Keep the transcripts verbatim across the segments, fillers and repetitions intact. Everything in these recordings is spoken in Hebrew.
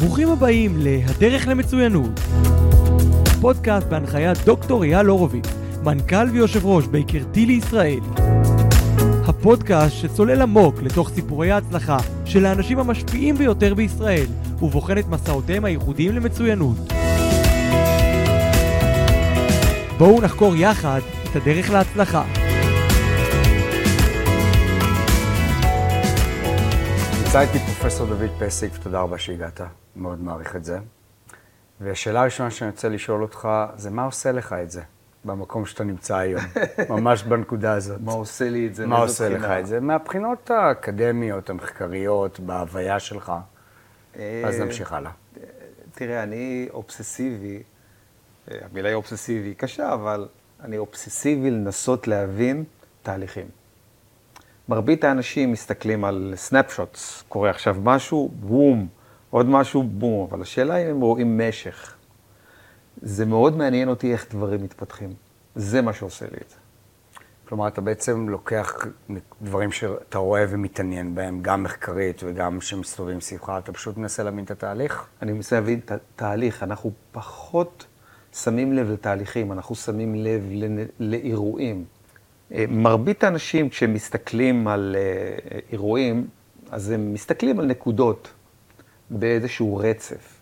ברוכים הבאים להדרך למצוינות. פודקאסט בהנחיית דוקטור אייל הורוביץ, מנכ"ל ויושב ראש בייקרתי לישראל. הפודקאסט שצולל עמוק לתוך סיפורי ההצלחה של האנשים המשפיעים ביותר בישראל, ובוחן את מסעותיהם הייחודיים למצוינות. בואו נחקור יחד את הדרך להצלחה. נמצא איתי פרופסור דוד פסיק, תודה רבה שהגעת, מאוד מעריך את זה. והשאלה הראשונה שאני רוצה לשאול אותך, זה מה עושה לך את זה, במקום שאתה נמצא היום, ממש בנקודה הזאת. מה עושה לי את זה? מה עושה לך את זה? מהבחינות האקדמיות, המחקריות, בהוויה שלך. אז נמשיך הלאה. תראה, אני אובססיבי, המילה היא אובססיבי היא קשה, אבל אני אובססיבי לנסות להבין תהליכים. מרבית האנשים מסתכלים על סנאפשוטס, קורה עכשיו משהו, בום, עוד משהו, בום, אבל השאלה היא אם הם רואים משך. זה מאוד מעניין אותי איך דברים מתפתחים. זה מה שעושה לי את זה. כלומר, אתה בעצם לוקח דברים שאתה רואה ומתעניין בהם, גם מחקרית וגם שמסתובבים סביבך, אתה פשוט מנסה להבין את התהליך? אני מנסה להבין את התהליך, אנחנו פחות שמים לב לתהליכים, אנחנו שמים לב לאירועים. מרבית האנשים כשהם מסתכלים על אירועים, אז הם מסתכלים על נקודות באיזשהו רצף,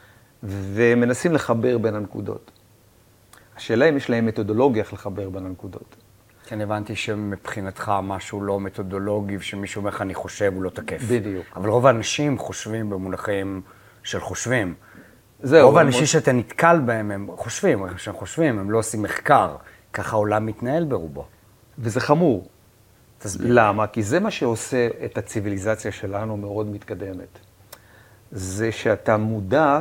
ומנסים לחבר בין הנקודות. השאלה אם יש להם מתודולוגיה איך לחבר בין הנקודות. כן, הבנתי שמבחינתך משהו לא מתודולוגי, ושמישהו אומר לך אני חושב, הוא לא תקף. בדיוק. אבל רוב האנשים חושבים במונחים של חושבים. זהו. רוב האנשים שאתה נתקל בהם הם חושבים, כשהם חושבים, הם לא עושים מחקר. ככה העולם מתנהל ברובו. וזה חמור. תסביר. למה? כי זה מה שעושה את הציביליזציה שלנו מאוד מתקדמת. זה שאתה מודע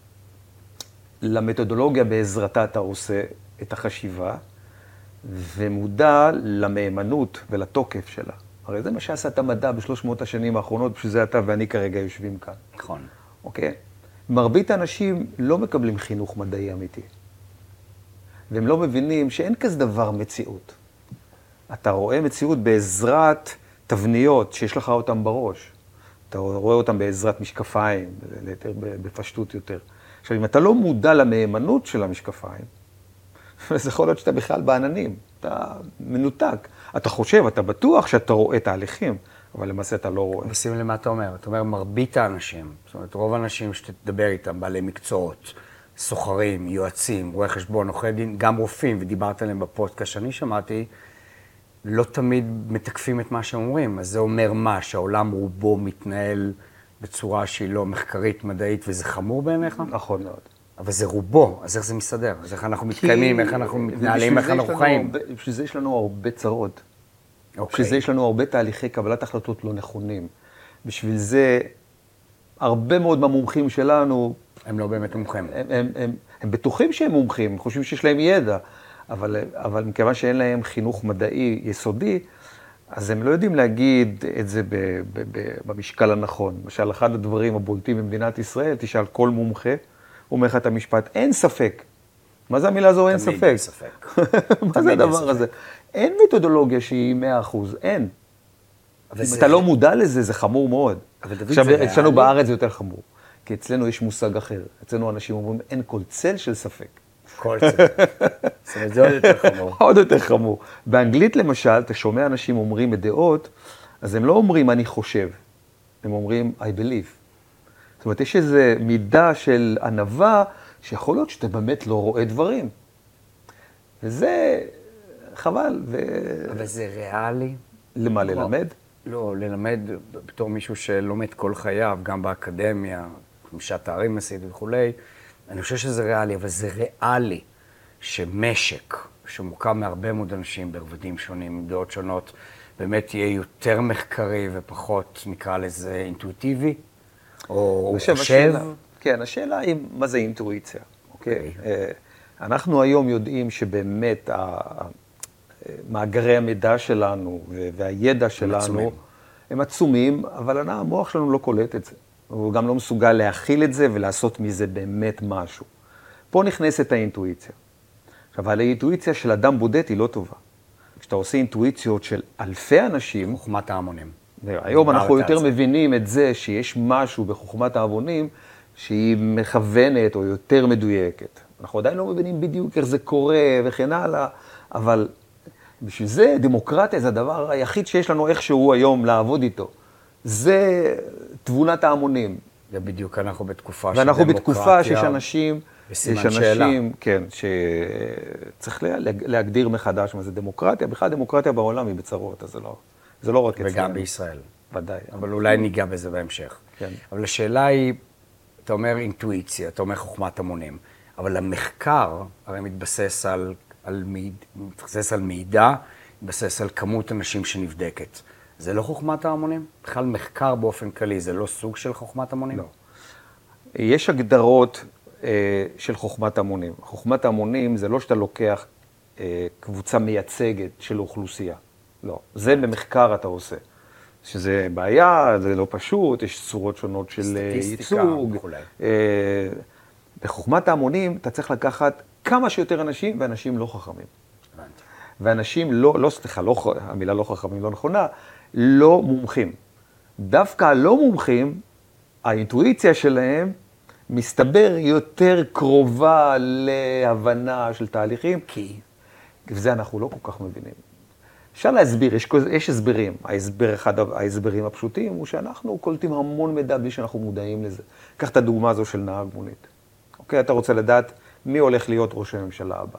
למתודולוגיה בעזרתה אתה עושה את החשיבה, ומודע למהימנות ולתוקף שלה. הרי זה מה שעשה את המדע בשלוש מאות השנים האחרונות, בשביל זה אתה ואני כרגע יושבים כאן. נכון. אוקיי? מרבית האנשים לא מקבלים חינוך מדעי אמיתי. והם לא מבינים שאין כזה דבר מציאות. אתה רואה מציאות בעזרת תבניות שיש לך אותן בראש. אתה רואה אותן בעזרת משקפיים, יותר בפשטות יותר. עכשיו, אם אתה לא מודע למהימנות של המשקפיים, אז יכול להיות שאתה בכלל בעננים, אתה מנותק. אתה חושב, אתה בטוח שאתה רואה תהליכים, אבל למעשה אתה לא רואה. ושימו למה אתה אומר. אתה אומר, מרבית האנשים, זאת אומרת, רוב האנשים שתדבר איתם, בעלי מקצועות, סוחרים, יועצים, רואי חשבון, עורכי דין, גם רופאים, ודיברת עליהם בפודקאסט שאני שמעתי, לא תמיד מתקפים את מה שהם אומרים. אז זה אומר מה? שהעולם רובו מתנהל בצורה שהיא לא מחקרית, מדעית, וזה חמור בעיניך? נכון מאוד. אבל זה רובו, אז איך זה מסתדר? אז איך אנחנו מתקיימים, איך אנחנו מתנהלים, איך אנחנו חיים? בשביל זה יש לנו הרבה צרות. אוקיי. בשביל זה יש לנו הרבה תהליכי קבלת החלטות לא נכונים. בשביל זה הרבה מאוד מהמומחים שלנו... הם לא באמת מומחים. הם, הם, הם, הם בטוחים שהם מומחים, הם חושבים שיש להם ידע, אבל, אבל מכיוון שאין להם חינוך מדעי יסודי, אז הם לא יודעים להגיד את זה ב, ב, ב, במשקל הנכון. למשל, אחד הדברים הבולטים במדינת ישראל, תשאל כל מומחה, הוא אומר לך את המשפט, אין ספק. מה זה המילה הזו? אין ספק. תמיד אין ספק. מה זה הדבר הזה? אין מתודולוגיה שהיא מאה אחוז, אין. אם אתה לא מודע לזה, זה חמור מאוד. עכשיו, אצלנו בארץ זה יותר חמור. כי אצלנו יש מושג אחר. אצלנו אנשים אומרים, אין כל צל של ספק. כל צל. זאת אומרת, זה עוד יותר חמור. עוד יותר חמור. באנגלית למשל, אתה שומע אנשים אומרים את דעות, אז הם לא אומרים אני חושב. הם אומרים I believe. זאת אומרת, יש איזו מידה של ענווה, שיכול להיות שאתה באמת לא רואה דברים. וזה חבל. ו... אבל זה ריאלי? למה, ללמד? לא, ללמד בתור מישהו שלומד כל חייו, גם באקדמיה, חמישה תארים עשית וכולי, אני חושב שזה ריאלי, אבל זה ריאלי שמשק, שמורכב מהרבה מאוד אנשים ברבדים שונים, עם דעות שונות, באמת יהיה יותר מחקרי ופחות, נקרא לזה, אינטואיטיבי, או חושב. השאלה, כן, השאלה היא מה זה אינטואיציה, אוקיי? Okay. אנחנו היום יודעים שבאמת מאגרי המידע שלנו והידע שלנו עצומים. הם עצומים, אבל המוח שלנו לא קולט את זה. הוא גם לא מסוגל להכיל את זה ולעשות מזה באמת משהו. פה נכנסת האינטואיציה. עכשיו, אבל האינטואיציה של אדם בודד היא לא טובה. כשאתה עושה אינטואיציות של אלפי אנשים... חוכמת ההמונים. היום אנחנו יותר מבינים את זה שיש משהו בחוכמת ההמונים, שהיא מכוונת או יותר מדויקת. אנחנו עדיין לא מבינים בדיוק איך זה קורה וכן הלאה, אבל בשביל זה דמוקרטיה זה הדבר היחיד שיש לנו איכשהו היום לעבוד איתו. זה תבונת ההמונים. ובדיוק אנחנו בתקופה של ואנחנו דמוקרטיה. בתקופה שיש אנשים, בסימן יש שאלה. אנשים, כן, שצריך להגדיר מחדש מה זה דמוקרטיה. בכלל דמוקרטיה בעולם היא בצרות, אז זה לא, זה לא רק אצלנו. וגם בישראל. ודאי. אבל אולי ניגע בזה בהמשך. כן. אבל השאלה היא, אתה אומר אינטואיציה, אתה אומר חוכמת המונים, אבל המחקר הרי מתבסס על, על, מיד, מתבסס על מידע, מתבסס על כמות אנשים שנבדקת. זה לא חוכמת ההמונים? בכלל מחקר באופן כללי, זה לא סוג של חוכמת המונים? לא. יש הגדרות אה, של חוכמת המונים. חוכמת המונים זה לא שאתה לוקח אה, קבוצה מייצגת של אוכלוסייה. לא. זה במחקר אתה עושה. שזה בעיה, זה לא פשוט, יש צורות שונות של ייצוג. אה, בחוכמת ההמונים אתה צריך לקחת כמה שיותר אנשים, ואנשים לא חכמים. הבנתי. ואנשים לא, לא, סליחה, לא, המילה לא חכמים לא נכונה, לא מומחים. דווקא הלא מומחים, האינטואיציה שלהם מסתבר יותר קרובה להבנה של תהליכים, כי? וזה אנחנו לא כל כך מבינים. אפשר להסביר, יש, יש הסברים. ההסבר, אחד ההסברים הפשוטים הוא שאנחנו קולטים המון מידע בלי שאנחנו מודעים לזה. קח את הדוגמה הזו של נהג מונית. אוקיי, אתה רוצה לדעת מי הולך להיות ראש הממשלה הבא.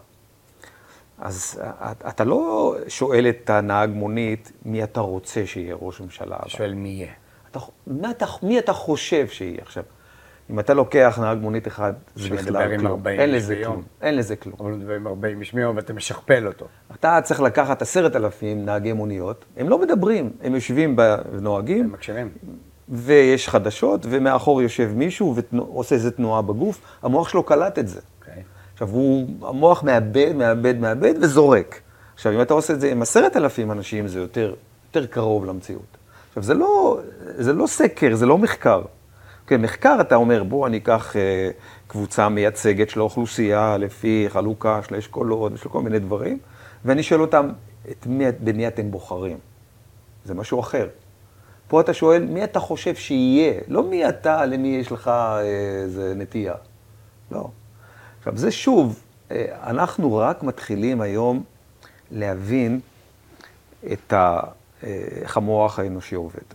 אז אתה לא שואל את הנהג מונית מי אתה רוצה שיהיה ראש הממשלה הבא. שואל מי יהיה. אתה, מי, אתה, מי אתה חושב שיהיה עכשיו? אם אתה לוקח נהג מונית אחד, זה בכלל כלום. אין לזה כלום. אין לזה כלום. אבל מדבר עם ארבעים איש ביום ואתה משכפל אותו. אתה צריך לקחת עשרת אלפים נהגי מוניות, הם לא מדברים, הם יושבים ונוהגים. הם מקשיבים. ויש חדשות, ומאחור יושב מישהו ועושה איזו תנועה בגוף, המוח שלו קלט את זה. אוקיי. עכשיו, הוא, המוח מאבד, מאבד, מאבד וזורק. עכשיו, אם אתה עושה את זה עם עשרת אלפים אנשים, זה יותר, יותר קרוב למציאות. עכשיו, זה לא, זה לא סקר, זה לא מחקר. כן, מחקר אתה אומר, בוא אני אקח אה, קבוצה מייצגת של האוכלוסייה, לפי חלוקה של אשכולות, ושל כל מיני דברים, ואני שואל אותם, את מי, במי אתם בוחרים? זה משהו אחר. פה אתה שואל, מי אתה חושב שיהיה? לא מי אתה, למי יש לך איזה נטייה. לא. עכשיו, זה שוב, אנחנו רק מתחילים היום להבין את ה, איך המוח האנושי עובד.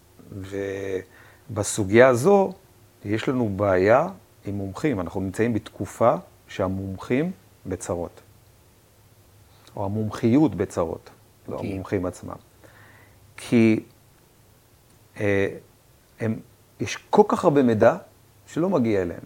ובסוגיה הזו, יש לנו בעיה עם מומחים. אנחנו נמצאים בתקופה שהמומחים בצרות. או המומחיות בצרות, לא כי... המומחים עצמם. כי הם, יש כל כך הרבה מידע שלא מגיע אליהם.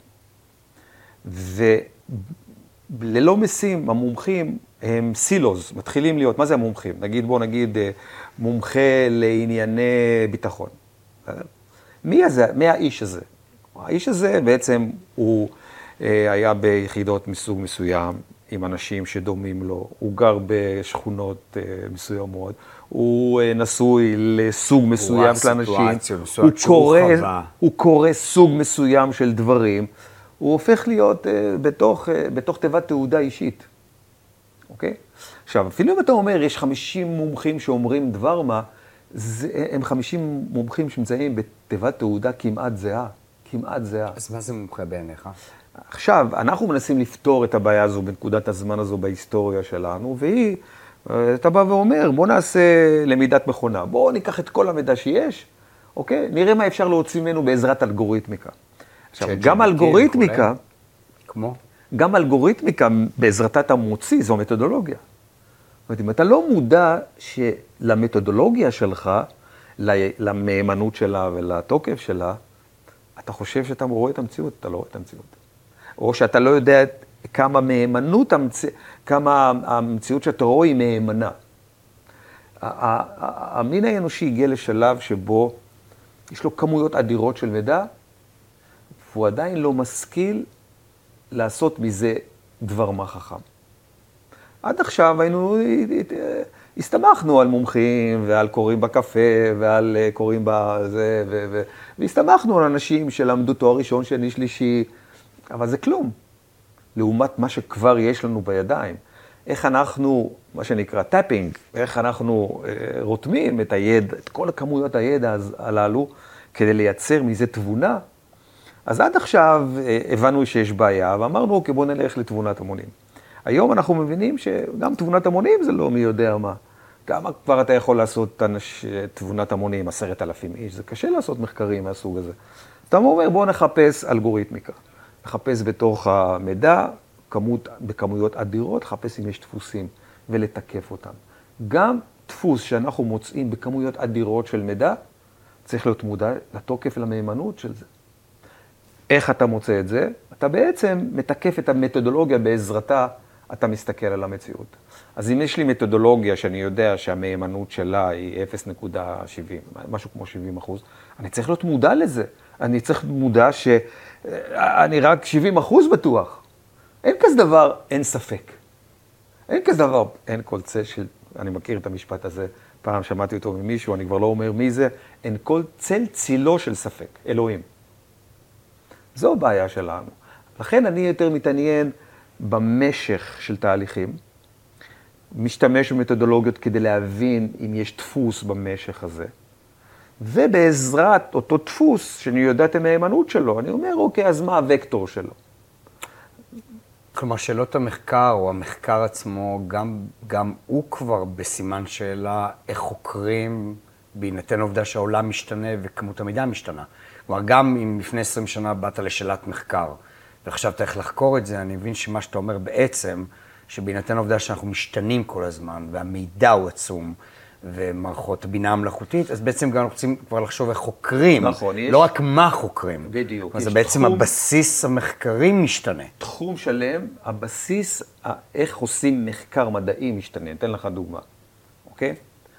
וללא משים, המומחים הם סילוז, מתחילים להיות. מה זה המומחים? נגיד, בוא נגיד, מומחה לענייני ביטחון. מי הזה? מי האיש הזה? האיש הזה בעצם הוא היה ביחידות מסוג מסוים, עם אנשים שדומים לו, הוא גר בשכונות מסוימות, הוא נשוי לסוג מסוים של אנשים, הוא קורא, הוא קורא סוג מסוים של דברים, הוא הופך להיות בתוך, בתוך תיבת תעודה אישית. אוקיי? עכשיו, אפילו אם אתה אומר, יש חמישים מומחים שאומרים דבר מה, זה, הם חמישים מומחים שנמצאים בתיבת תעודה כמעט זהה, כמעט זהה. אז מה זה מומחה בעיניך? עכשיו, אנחנו מנסים לפתור את הבעיה הזו בנקודת הזמן הזו בהיסטוריה שלנו, והיא, אתה בא ואומר, בוא נעשה למידת מכונה, בוא ניקח את כל המידע שיש, אוקיי? נראה מה אפשר להוציא ממנו בעזרת אלגוריתמיקה. עכשיו, גם אלגוריתמיקה, כמו? גם אלגוריתמיקה בעזרתה אתה מוציא, זו מתודולוגיה. זאת אומרת, אם אתה לא מודע שלמתודולוגיה שלך, למהימנות שלה ולתוקף שלה, אתה חושב שאתה רואה את המציאות, אתה לא רואה את המציאות. או שאתה לא יודע כמה מהימנות, כמה המציאות שאתה רואה היא מהימנה. המין האנושי הגיע לשלב שבו יש לו כמויות אדירות של מידע, והוא עדיין לא משכיל לעשות מזה דבר מה חכם. עד עכשיו היינו, הסתמכנו על מומחים ועל קוראים בקפה ועל קוראים בזה, ו- ו- והסתמכנו על אנשים שלמדו תואר ראשון, שני, שלישי, אבל זה כלום. לעומת מה שכבר יש לנו בידיים. איך אנחנו, מה שנקרא טאפינג, איך אנחנו אה, רותמים את הידע, את כל הכמויות הידע הללו, כדי לייצר מזה תבונה, אז עד עכשיו הבנו שיש בעיה, ואמרנו, אוקיי, בואו נלך לתבונת המונים. היום אנחנו מבינים שגם תבונת המונים זה לא מי יודע מה. כמה כבר אתה יכול לעשות תבונת המונים, עשרת אלפים איש, זה קשה לעשות מחקרים מהסוג הזה. אתה אומר, בואו נחפש אלגוריתמיקה. נחפש בתוך המידע, כמות, בכמויות אדירות, לחפש אם יש דפוסים ולתקף אותם. גם דפוס שאנחנו מוצאים בכמויות אדירות של מידע, צריך להיות מודע לתוקף ולמהימנות של זה. איך אתה מוצא את זה? אתה בעצם מתקף את המתודולוגיה בעזרתה, אתה מסתכל על המציאות. אז אם יש לי מתודולוגיה שאני יודע שהמהימנות שלה היא אפס נקודה שבעים, משהו כמו שבעים אחוז, אני צריך להיות מודע לזה. אני צריך להיות מודע שאני רק שבעים אחוז בטוח. אין כזה דבר, אין ספק. אין כזה דבר, אין כל צל של, אני מכיר את המשפט הזה, פעם שמעתי אותו ממישהו, אני כבר לא אומר מי זה, אין כל צל צילו של ספק, אלוהים. זו הבעיה שלנו. לכן אני יותר מתעניין במשך של תהליכים, משתמש במתודולוגיות כדי להבין אם יש דפוס במשך הזה, ובעזרת אותו דפוס, שאני יודע את המהימנות שלו, אני אומר, אוקיי, אז מה הוקטור שלו? כלומר, שאלות המחקר או המחקר עצמו, גם, גם הוא כבר בסימן שאלה איך חוקרים, בהינתן העובדה שהעולם משתנה וכמות המידע משתנה. כלומר, גם אם לפני עשרים שנה באת לשאלת מחקר, וחשבת איך לחקור את זה, אני מבין שמה שאתה אומר בעצם, שבהינתן העובדה שאנחנו משתנים כל הזמן, והמידע הוא עצום, ומערכות בינה המלאכותית, אז בעצם גם רוצים כבר לחשוב איך חוקרים, נכון, יש... לא רק מה חוקרים. בדיוק. אז בעצם תחום... הבסיס המחקרים משתנה. תחום שלם, הבסיס, איך עושים מחקר מדעי משתנה. אתן לך דוגמה, אוקיי?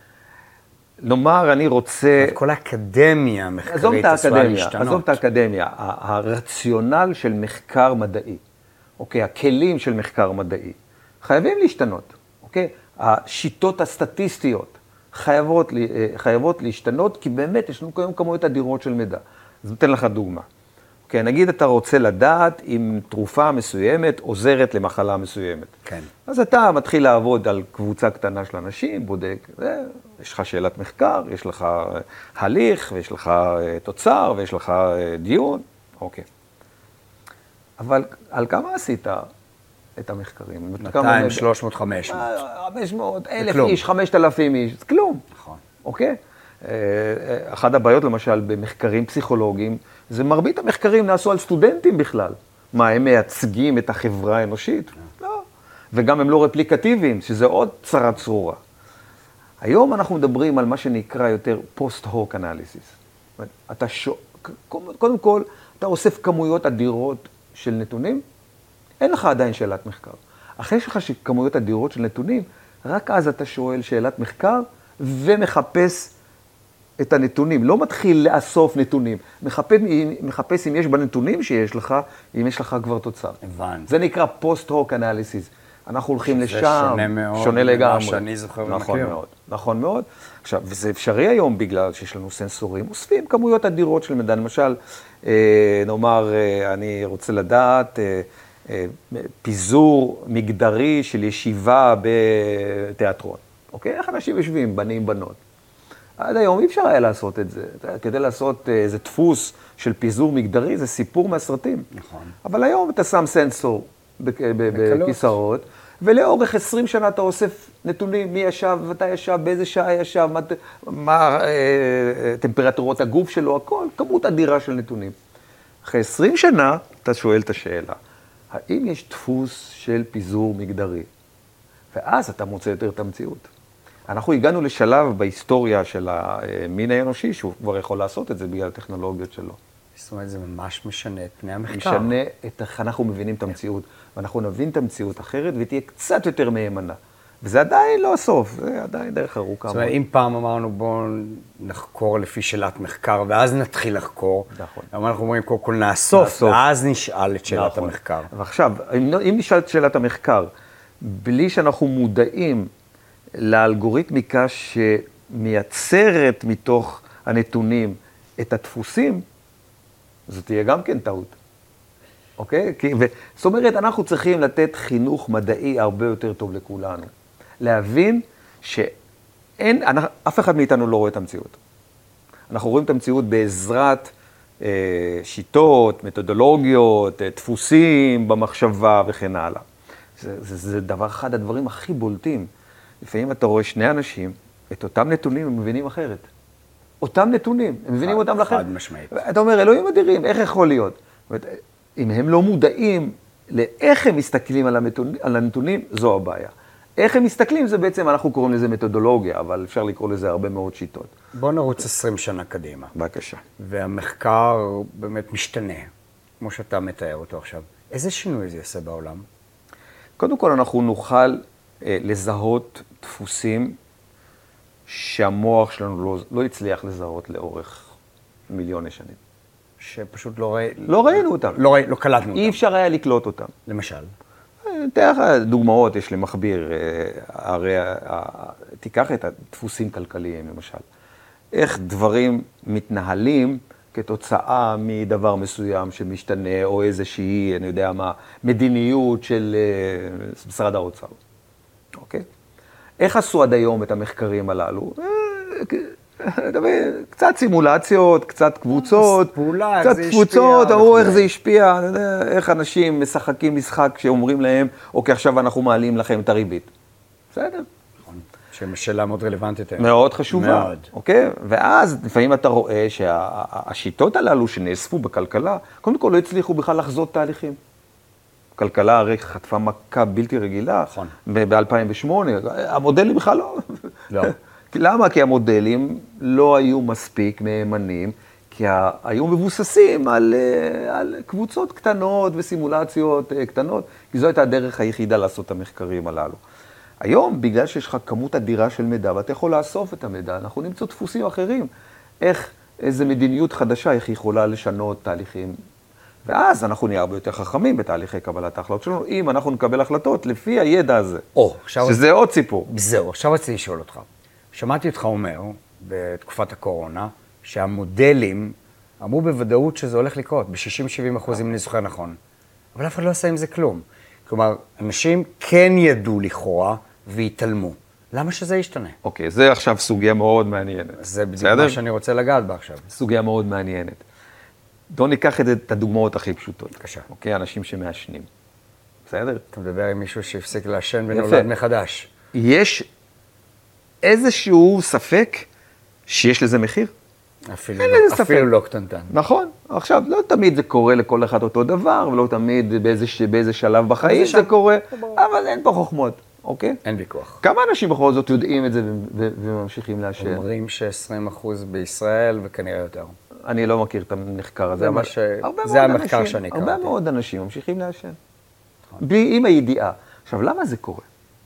נאמר, אני רוצה... כל האקדמיה המחקרית עזוב את האקדמיה, להשתנות. עזוב את האקדמיה, הרציונל של מחקר מדעי, אוקיי? הכלים של מחקר מדעי, חייבים להשתנות, אוקיי? השיטות הסטטיסטיות חייבות, חייבות להשתנות, כי באמת יש לנו כיום כמויות אדירות של מידע. אז נותן לך דוגמה. אוקיי, נגיד אתה רוצה לדעת אם תרופה מסוימת עוזרת למחלה מסוימת. כן. אז אתה מתחיל לעבוד על קבוצה קטנה של אנשים, בודק, יש לך שאלת מחקר, יש לך הליך, ויש לך תוצר, ויש לך דיון, אוקיי. אבל על כמה עשית את המחקרים? מאתיים, שלוש מאות, חמש מאות. חמש מאות, אלף איש, חמשת אלפים איש, זה כלום. נכון. אוקיי? אחת הבעיות למשל במחקרים פסיכולוגיים, זה מרבית המחקרים נעשו על סטודנטים בכלל. מה, הם מייצגים את החברה האנושית? לא. וגם הם לא רפליקטיביים, שזה עוד צרה צרורה. היום אנחנו מדברים על מה שנקרא יותר פוסט-הוק אנליסיס. אתה שו... קודם כל, אתה אוסף כמויות אדירות של נתונים, אין לך עדיין שאלת מחקר. אחרי שלך כמויות אדירות של נתונים, רק אז אתה שואל שאלת מחקר ומחפש את הנתונים. לא מתחיל לאסוף נתונים. מחפש, מחפש אם יש בנתונים שיש לך, אם יש לך כבר תוצר. הבנתי. זה נקרא פוסט-הוק אנליסיס. אנחנו הולכים לשם. זה שונה מאוד. שונה לגמרי. שאני זוכר ומכיר. נכון מאוד. נכון מאוד. עכשיו, וזה אפשרי היום בגלל שיש לנו סנסורים. אוספים כמויות אדירות של מידע. למשל, נאמר, אני רוצה לדעת, פיזור מגדרי של ישיבה בתיאטרון. אוקיי? איך אנשים יושבים, בנים, בנות. עד היום אי אפשר היה לעשות את זה. כדי לעשות איזה דפוס של פיזור מגדרי, זה סיפור מהסרטים. נכון. אבל היום אתה שם סנסור בכיסאות, ולאורך עשרים שנה אתה אוסף נתונים, מי ישב, מתי ישב, באיזה שעה ישב, מה, מה אה, טמפרטורות הגוף שלו, הכל, כמות אדירה של נתונים. אחרי עשרים שנה אתה שואל את השאלה, האם יש דפוס של פיזור מגדרי? ואז אתה מוצא יותר את המציאות. אנחנו הגענו לשלב בהיסטוריה של המין האנושי, שהוא כבר יכול לעשות את זה בגלל הטכנולוגיות שלו. זאת אומרת, זה ממש משנה את פני המחקר. משנה את איך אנחנו מבינים את המציאות, ואנחנו נבין את המציאות אחרת, ותהיה קצת יותר מהימנה. וזה עדיין לא הסוף, זה עדיין דרך ארוכה. זאת אומרת, אם פעם אמרנו, בואו נחקור לפי שאלת מחקר, ואז נתחיל לחקור. נכון. אבל אנחנו אומרים, קודם כל נאסוף, ואז נשאל את שאלת המחקר. ועכשיו, אם נשאל את שאלת המחקר, בלי שאנחנו מודעים לאלגוריתמיקה שמייצרת מתוך הנתונים את הדפוסים, זאת תהיה גם כן טעות. אוקיי? כי, ו, זאת אומרת, אנחנו צריכים לתת חינוך מדעי הרבה יותר טוב לכולנו. להבין שאין, אף אחד מאיתנו לא רואה את המציאות. אנחנו רואים את המציאות בעזרת שיטות, מתודולוגיות, דפוסים במחשבה וכן הלאה. זה, זה, זה דבר אחד הדברים הכי בולטים. לפעמים אתה רואה שני אנשים, את אותם נתונים הם מבינים אחרת. אותם נתונים, הם מבינים אותם לאחרת. חד משמעית. אתה אומר, אלוהים אדירים, איך יכול להיות? אם הם לא מודעים לאיך הם מסתכלים על הנתונים, על הנתונים, זו הבעיה. איך הם מסתכלים, זה בעצם, אנחנו קוראים לזה מתודולוגיה, אבל אפשר לקרוא לזה הרבה מאוד שיטות. בוא נרוץ עשרים שנה קדימה. בבקשה. והמחקר באמת משתנה, כמו שאתה מתאר אותו עכשיו. איזה שינוי זה יעשה בעולם? קודם כל, אנחנו נוכל אה, לזהות דפוסים שהמוח שלנו לא, לא הצליח לזהות לאורך מיליוני שנים. שפשוט לא, ראי... לא ראינו אותם. לא, ראי... לא קלטנו אותם. אי אפשר היה לקלוט אותם. למשל? תראה לך דוגמאות, יש למכביר, הרי תיקח את הדפוסים כלכליים למשל. איך דברים מתנהלים כתוצאה מדבר מסוים שמשתנה, או איזושהי, אני יודע מה, מדיניות של משרד האוצר. אוקיי? איך עשו עד היום את המחקרים הללו? קצת סימולציות, קצת קבוצות, פעולה, קצת קבוצות, אמרו איך זה השפיע, איך אנשים משחקים משחק שאומרים להם, אוקיי, עכשיו אנחנו מעלים לכם את הריבית. בסדר. שאלה מאוד רלוונטית. מאוד חשובה. מאוד. אוקיי? ואז לפעמים אתה רואה שהשיטות הללו שנאספו בכלכלה, קודם כל לא הצליחו בכלל לחזות תהליכים. הכלכלה הרי חטפה מכה בלתי רגילה. נכון. ב-אלפיים ושמונה, המודלים בכלל לא. לא. למה? כי המודלים לא היו מספיק מהימנים, כי היו מבוססים על, על קבוצות קטנות וסימולציות קטנות, כי זו הייתה הדרך היחידה לעשות את המחקרים הללו. היום, בגלל שיש לך כמות אדירה של מידע, ואתה יכול לאסוף את המידע, אנחנו נמצא דפוסים אחרים. איך, איזו מדיניות חדשה, איך היא יכולה לשנות תהליכים. ואז אנחנו נהיה הרבה יותר חכמים בתהליכי קבלת ההחלטות שלנו, אם אנחנו נקבל החלטות לפי הידע הזה. או, עכשיו... שזה עוד סיפור. זהו, עכשיו רציתי לשאול אותך. שמעתי אותך אומר, בתקופת הקורונה, שהמודלים אמרו בוודאות שזה הולך לקרות, ב-שישים שבעים אחוז, אם אני זוכר נכון. אבל אף אחד לא עשה עם זה כלום. כלומר, אנשים כן ידעו לכאורה והתעלמו. למה שזה ישתנה? אוקיי, זה עכשיו סוגיה מאוד מעניינת. זה בדיוק מה שאני רוצה לגעת בה עכשיו. סוגיה מאוד מעניינת. בואו ניקח את הדוגמאות הכי פשוטות. בבקשה. אוקיי, אנשים שמעשנים. בסדר? אתה מדבר עם מישהו שהפסיק לעשן ונולד מחדש. יש איזשהו ספק שיש לזה מחיר? אפילו, לא, אפילו לא קטנטן. נכון. עכשיו, לא תמיד זה קורה לכל אחד אותו דבר, ולא תמיד באיזה, באיזה שלב בחיים זה, זה קורה, אבל אין פה חוכמות, אוקיי? אין ויכוח. כמה אנשים בכל זאת יודעים את זה וממשיכים לעשן? אומרים ש-עשרים אחוז בישראל וכנראה יותר. אני לא מכיר את המחקר הזה, זה, אבל ש... זה המחקר אנשים, שאני קראתי. הרבה מאוד אנשים ממשיכים לעשן. בלי, עם הידיעה. עכשיו, למה זה קורה?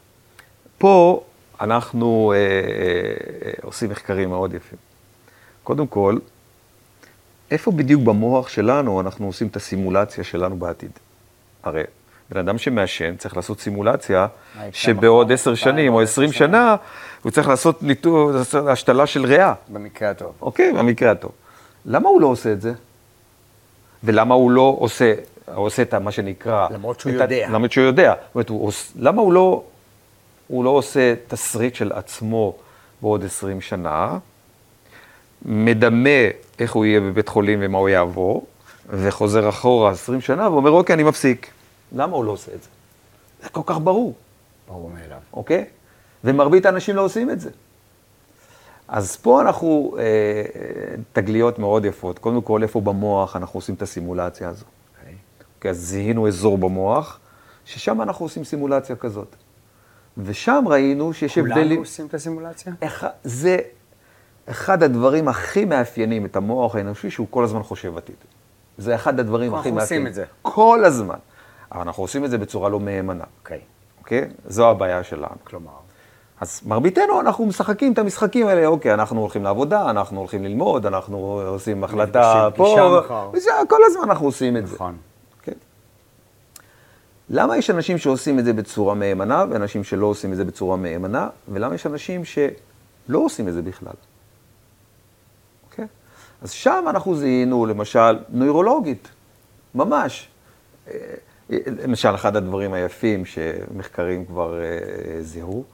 פה אנחנו אה, אה, עושים מחקרים מאוד יפים. קודם כל, איפה בדיוק במוח שלנו אנחנו עושים את הסימולציה שלנו בעתיד? הרי בן אדם שמעשן צריך לעשות סימולציה שבעוד עשר שנים או עשרים שנה הוא צריך לעשות ניתוח, השתלה של ריאה. במקרה הטוב. אוקיי, במקרה הטוב. למה הוא לא עושה את זה? ולמה הוא לא עושה, הוא עושה את מה שנקרא... למרות שהוא יודע. למרות שהוא יודע. זאת אומרת, הוא, למה הוא לא, הוא לא עושה תסריט של עצמו בעוד עשרים שנה, מדמה איך הוא יהיה בבית חולים ומה הוא יעבור, וחוזר אחורה עשרים שנה ואומר, אוקיי, אני מפסיק. למה הוא לא עושה את זה? זה כל כך ברור. ברור מאליו. אוקיי? ומרבית האנשים לא עושים את זה. אז פה אנחנו, אה, תגליות מאוד יפות. קודם כל, איפה במוח אנחנו עושים את הסימולציה הזו. אוקיי? Okay. אז זיהינו אזור במוח, ששם אנחנו עושים סימולציה כזאת. ושם ראינו שיש הבדלים... כולנו עושים את הסימולציה? איך, זה אחד הדברים הכי מאפיינים את המוח האנושי, שהוא כל הזמן חושב עתיד. זה אחד הדברים הכי מאפיינים. אנחנו עושים את זה. כל הזמן. אבל אנחנו עושים את זה בצורה לא מהימנה. אוקיי. אוקיי? זו הבעיה שלנו. כלומר. אז מרביתנו אנחנו משחקים את המשחקים האלה, אוקיי, אנחנו הולכים לעבודה, אנחנו הולכים ללמוד, אנחנו עושים החלטה פה, וזה, כל הזמן אנחנו עושים את זה. נכון. אוקיי? למה יש אנשים שעושים את זה בצורה מהימנה, ואנשים שלא עושים את זה בצורה מהימנה, ולמה יש אנשים שלא עושים את זה בכלל? אוקיי? אז שם אנחנו זיהינו, למשל, נוירולוגית, ממש. למשל, אחד הדברים היפים שמחקרים כבר זיהו,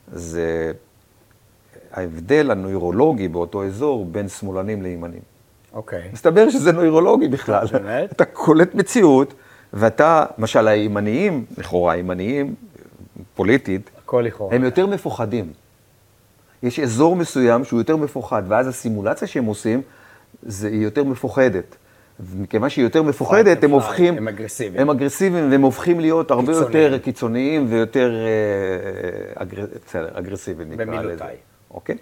זה ההבדל הנוירולוגי באותו אזור בין שמאלנים לימנים. אוקיי. מסתבר שזה נוירולוגי בכלל. באמת? אתה קולט מציאות, ואתה, למשל, הימניים, לכאורה הימניים, פוליטית, הכל לכאורה. הם יותר מפוחדים. יש אזור מסוים שהוא יותר מפוחד, ואז הסימולציה שהם עושים, זה היא יותר מפוחדת. מכיוון שהיא יותר מפוחדת, הם הופכים... הם אגרסיביים. הם אגרסיביים, והם הופכים להיות הרבה קיצוניים. יותר קיצוניים ויותר אגרסיביים, נקרא לזה. במילותיי. אוקיי?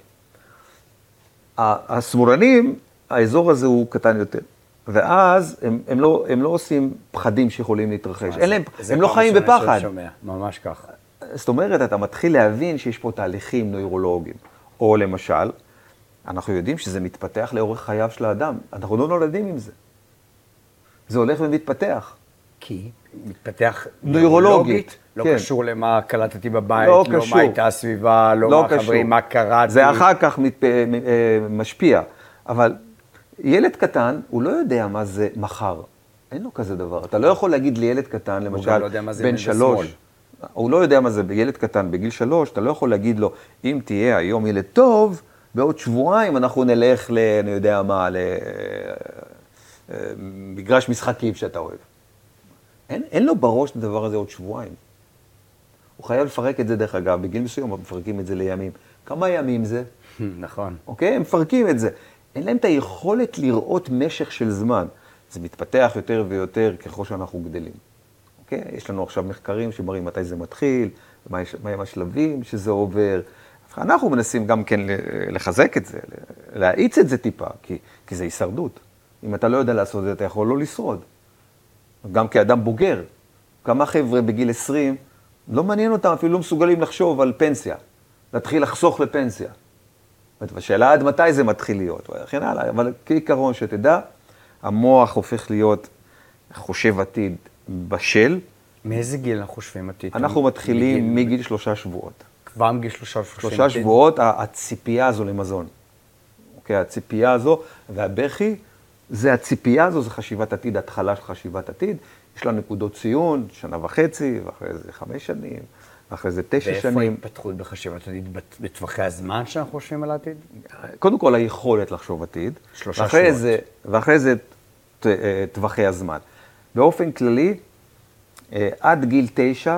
השמאלנים, האזור הזה הוא קטן יותר. ואז הם, הם, לא, הם לא עושים פחדים שיכולים להתרחש. אין להם, הם לא חיים בפחד. ממש ככה. זאת אומרת, אתה מתחיל להבין שיש פה תהליכים נוירולוגיים. או למשל, אנחנו יודעים שזה מתפתח לאורך חייו של האדם. אנחנו לא נולדים עם זה. זה הולך ומתפתח. כי מתפתח נוירולוגית. לא כן. קשור למה קלטתי בבית, לא לא קשור. מה הייתה הסביבה, לא, לא מה קשור. החברים, מה קראתי. זה אחר כך מת, משפיע. אבל ילד קטן, הוא לא יודע מה זה מחר. אין לו כזה דבר. אתה לא יכול להגיד לילד קטן, למשל, לא יודע מה זה בן ימין שלוש. ושמאל. הוא לא יודע מה זה ילד קטן בגיל שלוש, אתה לא יכול להגיד לו, אם תהיה היום ילד טוב, בעוד שבועיים אנחנו נלך ל... אני יודע מה, למגרש משחקים שאתה אוהב. אין, אין לו בראש את הדבר הזה עוד שבועיים. הוא חייב לפרק את זה דרך אגב, בגיל מסוים מפרקים את זה לימים. כמה ימים זה? נכון. אוקיי? הם מפרקים את זה. אין להם את היכולת לראות משך של זמן. זה מתפתח יותר ויותר ככל שאנחנו גדלים. אוקיי? יש לנו עכשיו מחקרים שמראים מתי זה מתחיל, מה הם השלבים שזה עובר. אנחנו מנסים גם כן לחזק את זה, להאיץ את זה טיפה, כי, כי זה הישרדות. אם אתה לא יודע לעשות את זה, אתה יכול לא לשרוד. גם כאדם בוגר. כמה חבר'ה בגיל עשרים, לא מעניין אותם, אפילו לא מסוגלים לחשוב על פנסיה. להתחיל לחסוך לפנסיה. והשאלה עד מתי זה מתחיל להיות, וכן הלאה. אבל כעיקרון שתדע, המוח הופך להיות חושב עתיד בשל. מאיזה גיל אנחנו חושבים עתיד? אנחנו מתחילים מגיל שלושה שבועות. כבר מגיל שלושה שבועות. שלושה שבועות, הציפייה הזו למזון. אוקיי, הציפייה הזו, והבכי, זה הציפייה הזו, זה חשיבת עתיד, התחלה של חשיבת עתיד. יש לה נקודות ציון, שנה וחצי, ואחרי זה חמש שנים, ואחרי זה תשע שנים. ואיפה ההתפתחות בחשיבת עתיד בטווחי הזמן שאנחנו חושבים על העתיד? קודם כל, היכולת לחשוב עתיד. שלושה ואחרי שבועות. זה, ואחרי זה טווחי הזמן. באופן כללי, עד גיל תשע,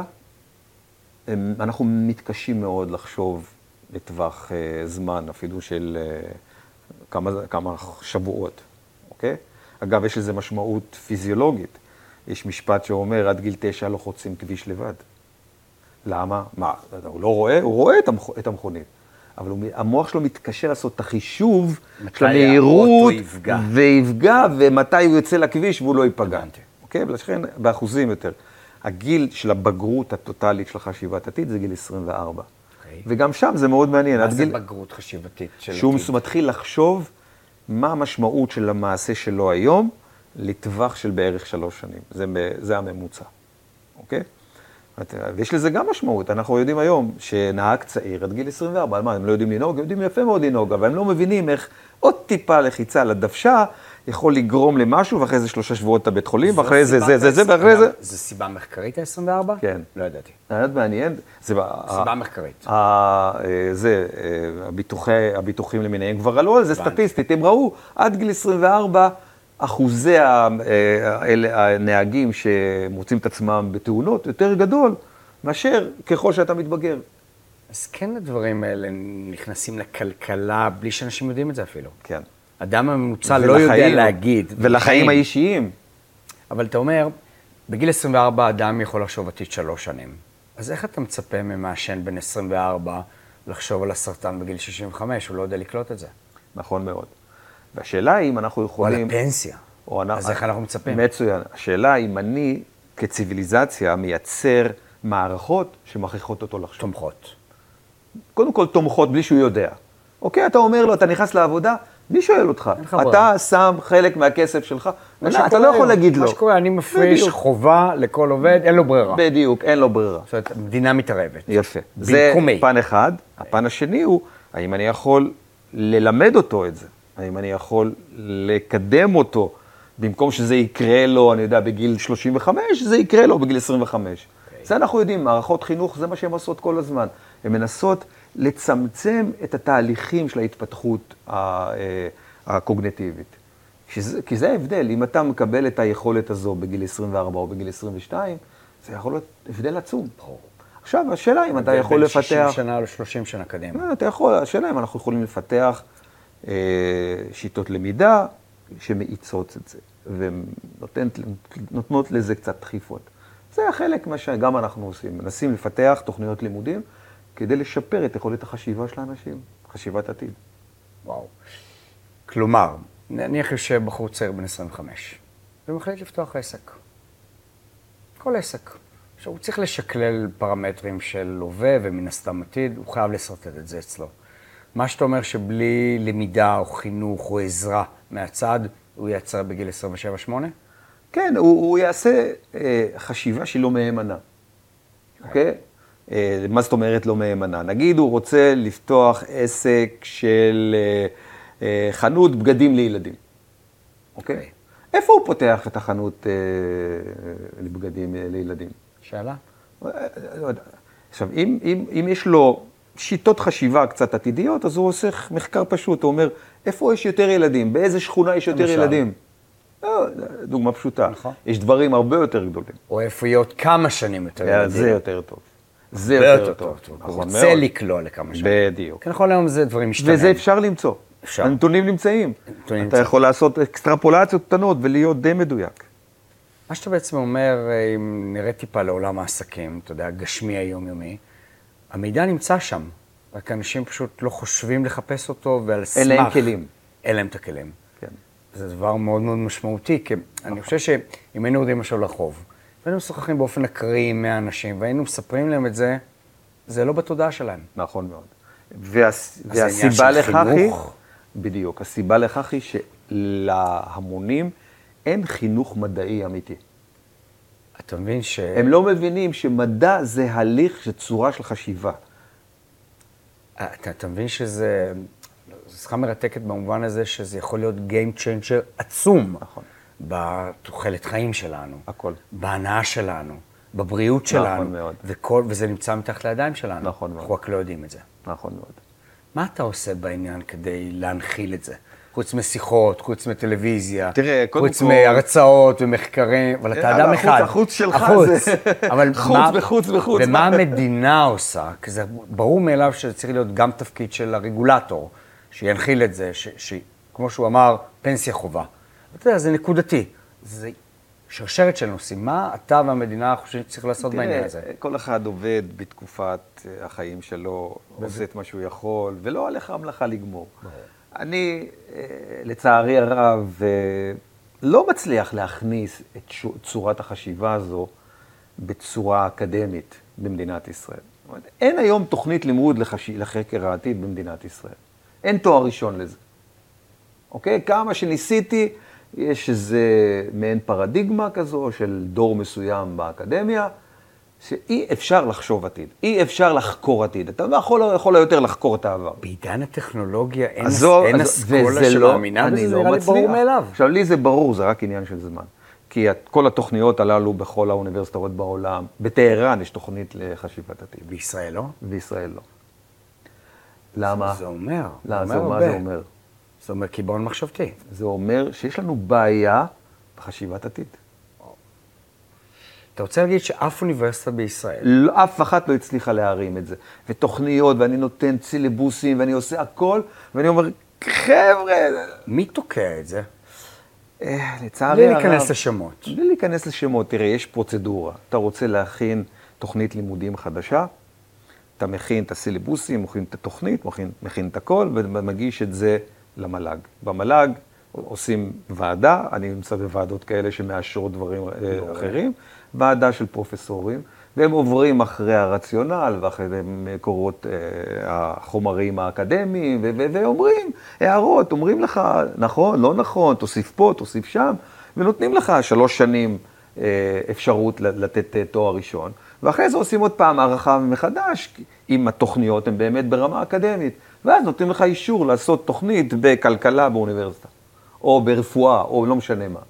אנחנו מתקשים מאוד לחשוב לטווח זמן, אפילו של כמה, כמה שבועות, אוקיי? אגב, יש לזה משמעות פיזיולוגית. יש משפט שאומר, עד גיל תשע לא חוצים כביש לבד. למה? מה? הוא לא רואה? הוא רואה את המכונית. אבל הוא, המוח שלו מתקשה לעשות את החישוב של המהירות, ויפגע, ומתי הוא יוצא לכביש והוא לא ייפגע. אוקיי? ולכן, באחוזים יותר. הגיל של הבגרות הטוטלית של חשיבת עתיד זה גיל עשרים וארבע. Okay. וגם שם זה מאוד מעניין. מה זה גיל... בגרות חשיבתית של עתיד? שהוא מתחיל לחשוב מה המשמעות של המעשה שלו היום, לטווח של בערך שלוש שנים. זה, זה הממוצע. אוקיי? ויש לזה גם משמעות. אנחנו יודעים היום שנהג צעיר עד גיל עשרים וארבע, מה, הם לא יודעים לנהוג? הם יודעים יפה מאוד לנהוג, אבל הם לא מבינים איך עוד טיפה לחיצה לדוושה, יכול לגרום למשהו, ואחרי זה שלושה שבועות את הבית חולים, ואחרי זה, זה, זה, זה, ואחרי זה... זה סיבה מחקרית ה-עשרים וארבע? כן. לא ידעתי. זה מעניין. סיבה מחקרית. זה, הביטוחים למיניהם כבר עלו על זה סטטיסטית. הם ראו, עד גיל עשרים וארבע, אחוזי הנהגים שמוצאים את עצמם בתאונות יותר גדול, מאשר ככל שאתה מתבגר. אז כן הדברים האלה נכנסים לכלכלה, בלי שאנשים יודעים את זה אפילו. כן. אדם הממוצע לא יודע להגיד. ולחיים האישיים. אבל אתה אומר, בגיל עשרים וארבע אדם יכול לחשוב עתיד שלוש שנים. אז איך אתה מצפה ממעשן בן עשרים וארבע לחשוב על הסרטן בגיל שישים וחמש? הוא לא יודע לקלוט את זה. נכון מאוד. והשאלה היא אם אנחנו יכולים... או על הפנסיה. אז איך אנחנו מצפים? מצוין. השאלה אם אני כציביליזציה מייצר מערכות שמכריחות אותו לחשוב. תומכות. קודם כל תומכות בלי שהוא יודע. אוקיי, אתה אומר לו, אתה נכנס לעבודה, מי שואל אותך? אתה שם חלק מהכסף שלך, אתה לא יכול להגיד לו. מה שקורה, אני מפריש חובה לכל עובד, אין לו ברירה. בדיוק, אין לו ברירה. זאת אומרת, המדינה מתערבת. יפה. זה פן אחד. הפן השני הוא, האם אני יכול ללמד אותו את זה? האם אני יכול לקדם אותו, במקום שזה יקרה לו, אני יודע, בגיל שלושים וחמש, זה יקרה לו בגיל עשרים וחמש. זה אנחנו יודעים, מערכות חינוך, זה מה שהן עושות כל הזמן. הן מנסות לצמצם את התהליכים של ההתפתחות הקוגניטיבית. שזה, כי זה ההבדל, אם אתה מקבל את היכולת הזו בגיל עשרים וארבע או בגיל עשרים ושתיים, זה יכול להיות הבדל עצום. עכשיו, השאלה אם אתה יכול לפתח... בין שישים שנה ל-שלושים שנה קדימה. אתה יכול, השאלה אם אנחנו יכולים לפתח אה, שיטות למידה שמאיצות את זה, ונותנות לזה קצת דחיפות. זה החלק מה שגם אנחנו עושים, מנסים לפתח תוכניות לימודים כדי לשפר את יכולת החשיבה של האנשים, חשיבת עתיד. וואו. כלומר, נניח יושב בחור צעיר בן עשרים וחמש, ומחליט לפתוח עסק. כל עסק. עכשיו, הוא צריך לשקלל פרמטרים של הווה ומן הסתם עתיד, הוא חייב לסרטט את זה אצלו. מה שאתה אומר שבלי למידה או חינוך או עזרה מהצד, הוא ייצר בגיל עשרים ושבע שמונה? כן, הוא, הוא יעשה אה, חשיבה שהיא לא מהימנה. אוקיי? אה, מה זאת אומרת לא מהימנה? נגיד הוא רוצה לפתוח עסק של אה, אה, חנות בגדים לילדים. אוקיי? Okay. איפה הוא פותח את החנות אה, לבגדים אה, לילדים? שאלה? עכשיו, אם, אם, אם יש לו שיטות חשיבה קצת עתידיות, אז הוא עושה מחקר פשוט. הוא אומר, איפה יש יותר ילדים? באיזה שכונה יש יותר למשל. ילדים? דוגמה פשוטה. נכון. יש דברים הרבה יותר גדולים. או איפה יהיה עוד כמה שנים יותר ילדים. זה יותר טוב. זה יותר טוב. הוא רוצה לקלוע לכמה שנים. בדיוק. כי נכון היום זה דברים משתנים. וזה אפשר למצוא. אפשר. הנתונים נמצאים. אתה יכול לעשות אקסטרפולציות קטנות ולהיות די מדויק. מה שאתה בעצם אומר, אם נראה טיפה לעולם העסקים, אתה יודע, גשמי היומיומי, המידע נמצא שם, רק אנשים פשוט לא חושבים לחפש אותו, ועל סמך... אין להם כלים. אין להם את הכלים. כן. זה דבר מאוד מאוד משמעותי, כי אני חושב שאם היינו יודעים משהו לחוב, והיינו משוחחים באופן אקראי עם מאה אנשים, והיינו מספרים להם את זה, זה לא בתודעה שלהם. נכון מאוד. והסיבה לכך היא... בדיוק. הסיבה לכך היא שלהמונים אין חינוך מדעי אמיתי. אתה מבין ש... הם לא מבינים שמדע זה הליך של צורה של חשיבה. אתה, אתה מבין שזה... זו שיחה מרתקת במובן הזה שזה יכול להיות Game Changer עצום. נכון. בתוחלת חיים שלנו. הכל. בהנאה שלנו, בבריאות שלנו. נכון מאוד. וכל, וזה נמצא מתחת לידיים שלנו. נכון מאוד. אנחנו רק לא יודעים את זה. נכון מאוד. מה אתה עושה בעניין כדי להנחיל את זה? חוץ משיחות, חוץ מטלוויזיה, תראה, קודם חוץ כל... מהרצאות ומחקרים, אבל אתה אדם אחד. החוץ שלך החוץ. זה... אבל חוץ מה... וחוץ וחוץ. ומה המדינה עושה? כי זה ברור מאליו שזה צריך להיות גם תפקיד של הרגולטור, שינחיל את זה, ש... ש... כמו שהוא אמר, פנסיה חובה. אתה יודע, זה נקודתי. זה שרשרת של נושאים. מה אתה והמדינה חושבים שצריך לעשות בעניין הזה? כל אחד עובד בתקופת החיים שלו, עושה את מה שהוא יכול, ולא עליך המלאכה לגמור. אני, לצערי הרב, לא מצליח להכניס את צורת החשיבה הזו בצורה אקדמית במדינת ישראל. אין היום תוכנית לימוד לחקר העתיד במדינת ישראל. אין תואר ראשון לזה. אוקיי? כמה שניסיתי, יש איזה מעין פרדיגמה כזו של דור מסוים באקדמיה, שאי אפשר לחשוב עתיד, אי אפשר לחקור עתיד. אתה לא יכול, יכול יותר לחקור את העבר. בעידן הטכנולוגיה אין, זו, אין אסכולה שמאמינה בזה, זה נראה לי ברור מאליו. עכשיו, לי זה ברור, זה רק עניין של זמן. כי כל התוכניות הללו בכל האוניברסיטאות בעולם, בטהרן יש תוכנית לחשיבת עתיד. בישראל לא? בישראל לא. למה? זה אומר. לא, זה מה זה אומר? זה אומר קיבעון מחשבתי. זה אומר שיש לנו בעיה בחשיבת עתיד. אתה רוצה להגיד שאף אוניברסיטה בישראל... לא, אף אחת לא הצליחה להרים את זה. ותוכניות, ואני נותן סילבוסים, ואני עושה הכל, ואני אומר, חבר'ה... מי תוקע את זה? לצערי הרב... בלי להיכנס לשמות. בלי להיכנס לשמות. תראה, יש פרוצדורה. אתה רוצה להכין תוכנית לימודים חדשה, אתה מכין את הסילבוסים, מכין את התוכנית, מכין, מכין את הכל, ומגיש את זה למל"ג. במל"ג עושים ועדה, אני נמצא בוועדות כאלה שמאשרות דברים אחרים, ועדה של פרופסורים, והם עוברים אחרי הרציונל, ואחרי הם קורות החומרים האקדמיים, ואומרים הערות, אומרים לך, נכון, לא נכון, תוסיף פה, תוסיף שם, ונותנים לך שלוש שנים אפשרות לתת תואר ראשון, ואחרי זה עושים עוד פעם הערכה מחדש, אם התוכניות הן באמת ברמה אקדמית, ואז נותנים לך אישור לעשות תוכנית בכלכלה באוניברסיטה, או ברפואה, או לא משנה מה.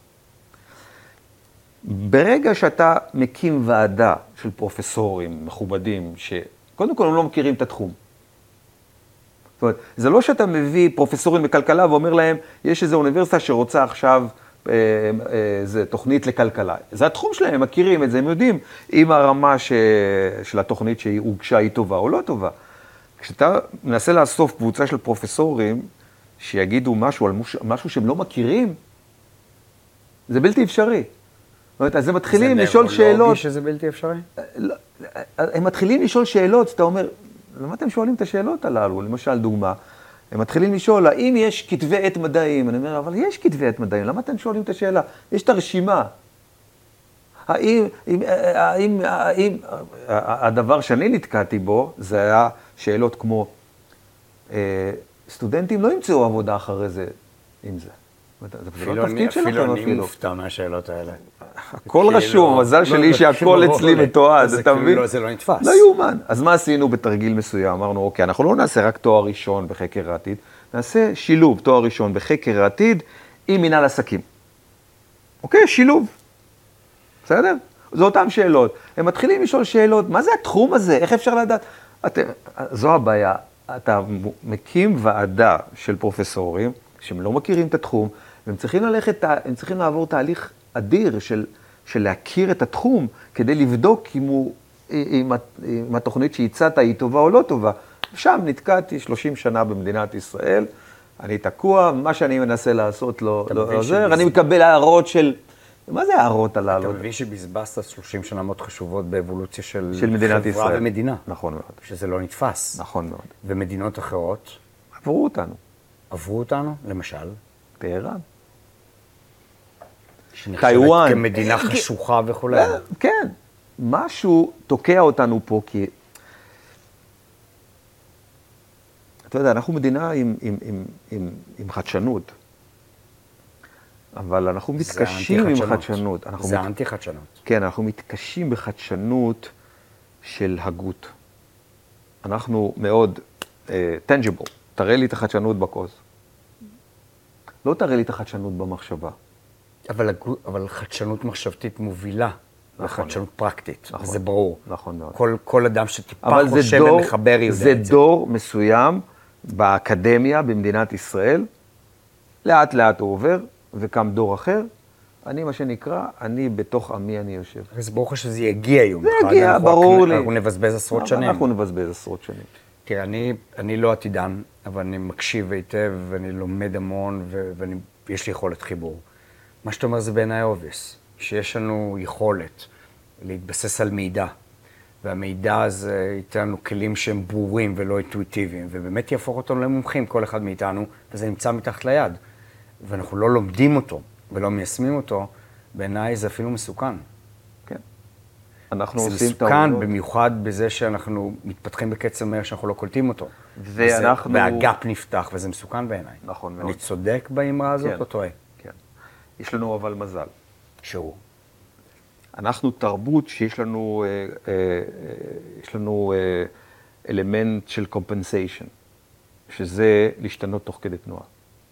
ברגע שאתה מקים ועדה של פרופסורים מכובדים, שקודם כל הם לא מכירים את התחום, זאת אומרת, זה לא שאתה מביא פרופסורים בכלכלה ואומר להם, יש איזו אוניברסיטה שרוצה עכשיו איזו תוכנית לכלכלה. זה התחום שלהם, הם מכירים את זה, הם יודעים אם הרמה ש... של התוכנית שהיא הוגשה היא טובה או לא טובה. כשאתה מנסה לאסוף קבוצה של פרופסורים שיגידו משהו על מוש... משהו שהם לא מכירים, זה בלתי אפשרי. זאת אומרת, אז הם מתחילים לשאול שאלות. זה נאורולוגי שזה בלתי אפשרי? הם מתחילים לשאול שאלות, אתה אומר, למה אתם שואלים את השאלות הללו? למשל, דוגמה, הם מתחילים לשאול, האם יש כתבי עת מדעיים? אני אומר, אבל יש כתבי עת מדעיים, למה אתם שואלים את השאלה? יש את הרשימה. האם, האם, האם, האם, הדבר שאני נתקעתי בו, זה היה שאלות כמו, סטודנטים לא ימצאו עבודה אחרי זה עם זה. זה לא התפקיד שלכם אפילו. אפילו אני מופתע מהשאלות האלה. הכל רשום, מזל שלי שהכל אצלי מתועד, אתה מבין? זה לא נתפס. לא יאומן. אז מה עשינו בתרגיל מסוים? אמרנו, אוקיי, אנחנו לא נעשה רק תואר ראשון בחקר העתיד, נעשה שילוב תואר ראשון בחקר העתיד עם מנהל עסקים. אוקיי, שילוב. בסדר? זה אותם שאלות. הם מתחילים לשאול שאלות, מה זה התחום הזה? איך אפשר לדעת? זו הבעיה. אתה מקים ועדה של פרופסורים, שהם לא מכירים את התחום, והם צריכים ללכת, הם צריכים לעבור תהליך אדיר של, של להכיר את התחום, כדי לבדוק אם, הוא, אם, אם התוכנית שהצעת היא טובה או לא טובה. שם נתקעתי שלושים שנה במדינת ישראל, אני תקוע, מה שאני מנסה לעשות לא, לא עוזר, אני מקבל הערות של, מה זה הערות הללו? אתה מבין שבזבזת שלושים שנה מאוד חשובות באבולוציה של, של מדינת חברה ישראל. ומדינה. נכון מאוד. שזה לא נתפס. נכון מאוד. ומדינות אחרות? עברו אותנו. עברו אותנו, למשל? באיראן. שנחשבת כמדינה חשוכה וכו'. כן, משהו תוקע אותנו פה, כי אתה יודע, אנחנו מדינה עם, עם, עם, עם, עם חדשנות, אבל אנחנו מתקשים עם חדשנות. זה אנטי חדשנות. כן, אנחנו מתקשים בחדשנות של הגות. אנחנו מאוד uh, tangible. תראה לי את החדשנות בכוס. לא תראה לי את החדשנות במחשבה. אבל, אבל חדשנות מחשבתית מובילה נכון לחדשנות מאוד. פרקטית, נכון, וזה ברור. נכון מאוד. כל, כל אדם שטיפה אבל חושב דור, ומחבר יודע זה את זה. דור מסוים באקדמיה במדינת ישראל, לאט לאט הוא עובר, וקם דור אחר. אני, מה שנקרא, אני בתוך עמי אני יושב. אז ברור לך שזה יגיע יום. זה יגיע, ברור לי. אנחנו נבזבז עשרות שנים. אנחנו נבזבז עשרות שנים. תראה, אני, אני לא עתידן, אבל אני מקשיב היטב, ואני לומד המון, ויש לי יכולת חיבור. מה שאתה אומר זה בעיניי obvious, שיש לנו יכולת להתבסס על מידע, והמידע הזה ייתן לנו כלים שהם ברורים ולא אינטואיטיביים, ובאמת יהפוך אותנו למומחים, כל אחד מאיתנו, וזה נמצא מתחת ליד. ואנחנו לא לומדים אותו ולא מיישמים אותו, בעיניי זה אפילו מסוכן. כן. אנחנו זה עושים מסוכן טעויות. במיוחד בזה שאנחנו מתפתחים בקצב מהר שאנחנו לא קולטים אותו. ואנחנו... והגאפ נפתח, וזה מסוכן בעיניי. נכון מאוד. אני צודק באמרה הזאת כן. או טועה? כן. יש לנו אבל מזל. שהוא. אנחנו תרבות שיש לנו, אה, אה, יש לנו אה, אלמנט של compensation, שזה להשתנות תוך כדי תנועה.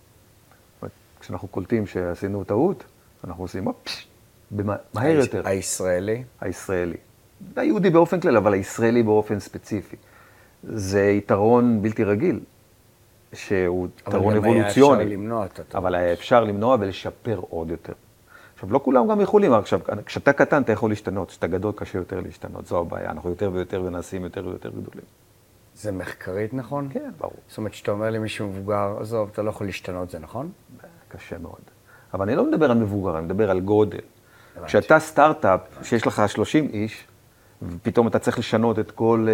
כשאנחנו קולטים שעשינו טעות, אנחנו עושים, אופש, מהר יותר. הישראלי? הישראלי. היהודי באופן כלל, אבל הישראלי באופן ספציפי. זה יתרון בלתי רגיל, שהוא יתרון אבולוציוני. אבל גם היה אפשר למנוע את הטעות. אבל היה אפשר למנוע ולשפר עוד יותר. עכשיו, לא כולם גם יכולים, עכשיו, כשאתה קטן אתה יכול להשתנות, כשאתה גדול קשה יותר להשתנות, זו הבעיה, אנחנו יותר ויותר ונעשים יותר ויותר גדולים. זה מחקרית נכון? כן, ברור. זאת אומרת, שאתה אומר למישהו מבוגר, עזוב, אתה לא יכול להשתנות, זה נכון? קשה מאוד. אבל אני לא מדבר על מבוגר, אני מדבר על גודל. כשאתה סטארט-אפ, שיש לך שלושים איש, ופתאום אתה צריך לשנות את כל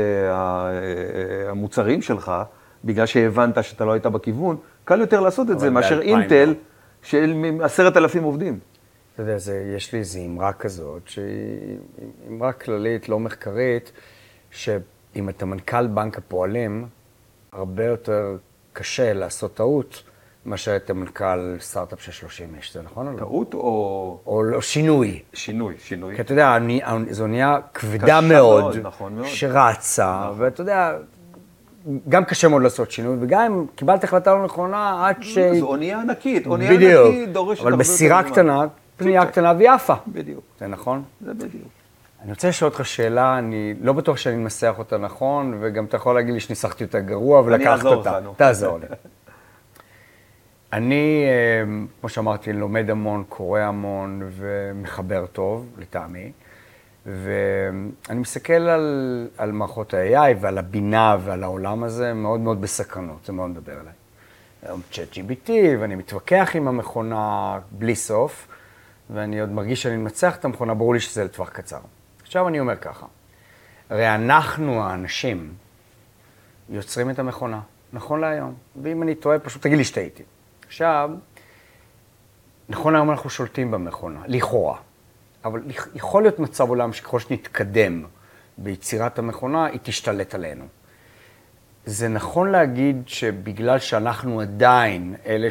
המוצרים שלך, בגלל שהבנת שאתה לא היית בכיוון, קל יותר לעשות את זה מאשר אינטל של עשרת אלפים עובדים. אתה יודע, זה, יש לי איזו אמרה כזאת, שהיא אמרה כללית, לא מחקרית, שאם אתה מנכ"ל בנק הפועלים, הרבה יותר קשה לעשות טעות, מאשר אתה מנכ"ל סטארט-אפ של שלושים איש, זה נכון או לא? טעות או... או לא, שינוי. שינוי, שינוי. כי אתה יודע, זו נהיה כבדה מאוד, נכון מאוד. שרצה, נכון. ואתה יודע, גם קשה מאוד לעשות שינוי, וגם אם קיבלת החלטה לא נכונה, עד ש... זו אונייה ענקית, אונייה ענקית דורשת... אבל בסירה קטנה, פנייה קטנה ויפה. בדיוק. זה נכון? זה בדיוק. אני רוצה לשאול אותך שאלה, אני לא בטוח שאני מנסח אותה נכון, וגם אתה יכול להגיד לי שניסחתי אותה גרוע ולקחת אותה. אני אעזור לך. תעזור לי. אני, כמו שאמרתי, לומד המון, קורא המון ומחבר טוב, לטעמי. ואני מסתכל על, על מערכות ה-איי איי ועל הבינה ועל העולם הזה מאוד מאוד בסקרנות, זה מאוד מדבר אליי. היום צ'אט ג'י פי טי, ואני מתווכח עם המכונה בלי סוף, ואני עוד מרגיש שאני מנצח את המכונה, ברור לי שזה לטווח קצר. עכשיו אני אומר ככה, הרי אנחנו האנשים יוצרים את המכונה, נכון להיום, ואם אני טועה פשוט תגיד לי שטעיתי. עכשיו, נכון להיום אנחנו שולטים במכונה, לכאורה. אבל יכול להיות מצב עולם שככל שנתקדם ביצירת המכונה, היא תשתלט עלינו. זה נכון להגיד שבגלל שאנחנו עדיין אלה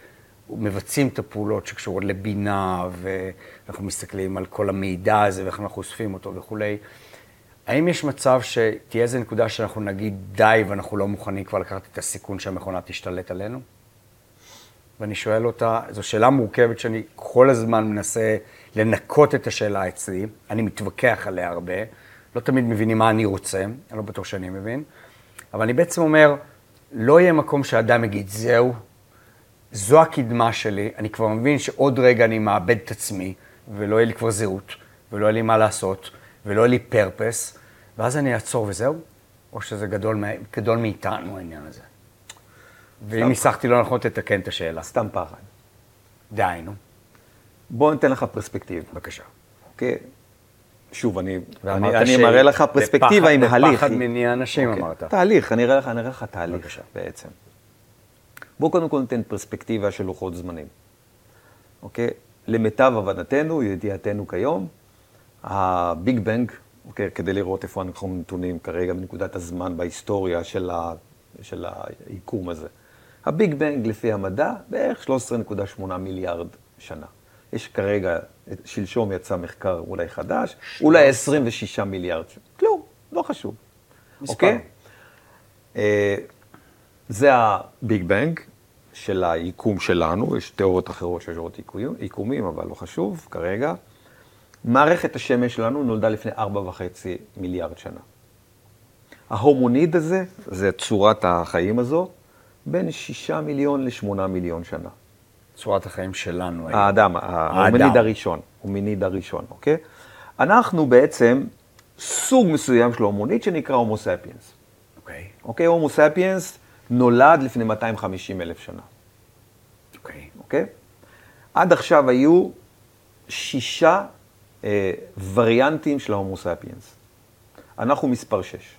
שמבצעים את הפעולות שקשורות לבינה, ואנחנו מסתכלים על כל המידע הזה ואיך אנחנו אוספים אותו וכולי, האם יש מצב שתהיה איזו נקודה שאנחנו נגיד די ואנחנו לא מוכנים כבר לקחת את הסיכון שהמכונה תשתלט עלינו? ואני שואל אותה, זו שאלה מורכבת שאני כל הזמן מנסה לנקות את השאלה אצלי, אני מתווכח עליה הרבה, לא תמיד מבינים מה אני רוצה, אני לא בטוח שאני מבין, אבל אני בעצם אומר, לא יהיה מקום שאדם יגיד, זהו, זו הקדמה שלי, אני כבר מבין שעוד רגע אני מאבד את עצמי, ולא יהיה לי כבר זהות, ולא יהיה לי מה לעשות, ולא יהיה לי פרפס, ואז אני אעצור וזהו, או שזה גדול, גדול מאיתנו העניין הזה. ואם ניסחתי לא נכון, תתקן את השאלה. סתם פחד. די, נו. בוא ניתן לך פרספקטיבה. בבקשה. אוקיי? שוב, אני, אני, אני מראה לך פרספקטיבה עם הליך. בפחד מניע אנשים, okay. אמרת. תהליך, אני אראה לך, אני אראה לך תהליך בבקשה. בעצם. בוא קודם כל ניתן פרספקטיבה של לוחות זמנים. אוקיי? למיטב הבנתנו, ידיעתנו כיום, הביג בנג, אוקיי, כדי לראות איפה אנחנו נתונים כרגע בנקודת הזמן בהיסטוריה של, ה, של היקום הזה. הביג בנג לפי המדע בערך שלוש עשרה נקודה שמונה מיליארד שנה. יש כרגע, שלשום יצא מחקר אולי חדש, אולי עשרים ושישה מיליארד שנה. כלום, לא חשוב. מספר. אוקיי? אה, זה הביג בנג של היקום שלנו, יש תיאוריות אחרות שיש עוד יקומים, אבל לא חשוב כרגע. מערכת השמש שלנו נולדה לפני ארבע וחצי מיליארד שנה. ההומוניד הזה, זה צורת החיים הזו, בין שישה מיליון לשמונה מיליון שנה. צורת החיים שלנו. האדם, ההומוניד הראשון, הומוניד הראשון, אוקיי? אנחנו בעצם סוג מסוים של הומוניד שנקרא הומו ספיאנס. אוקיי. אוקיי, הומו ספיאנס נולד לפני מאתיים וחמישים אלף שנה. אוקיי. אוקיי? עד עכשיו היו שישה אה, וריאנטים של ההומו ספיאנס. אנחנו מספר שש.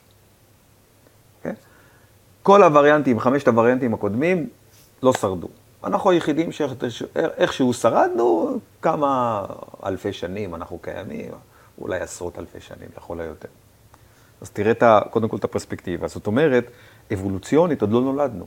אוקיי? כל הווריאנטים, חמשת הווריאנטים הקודמים, לא שרדו. אנחנו היחידים שאיכשהו שרדנו, כמה אלפי שנים אנחנו קיימים, אולי עשרות אלפי שנים, יכול להיות יותר. אז תראה את ה, קודם כל את הפרספקטיבה. זאת אומרת, אבולוציונית עוד לא נולדנו.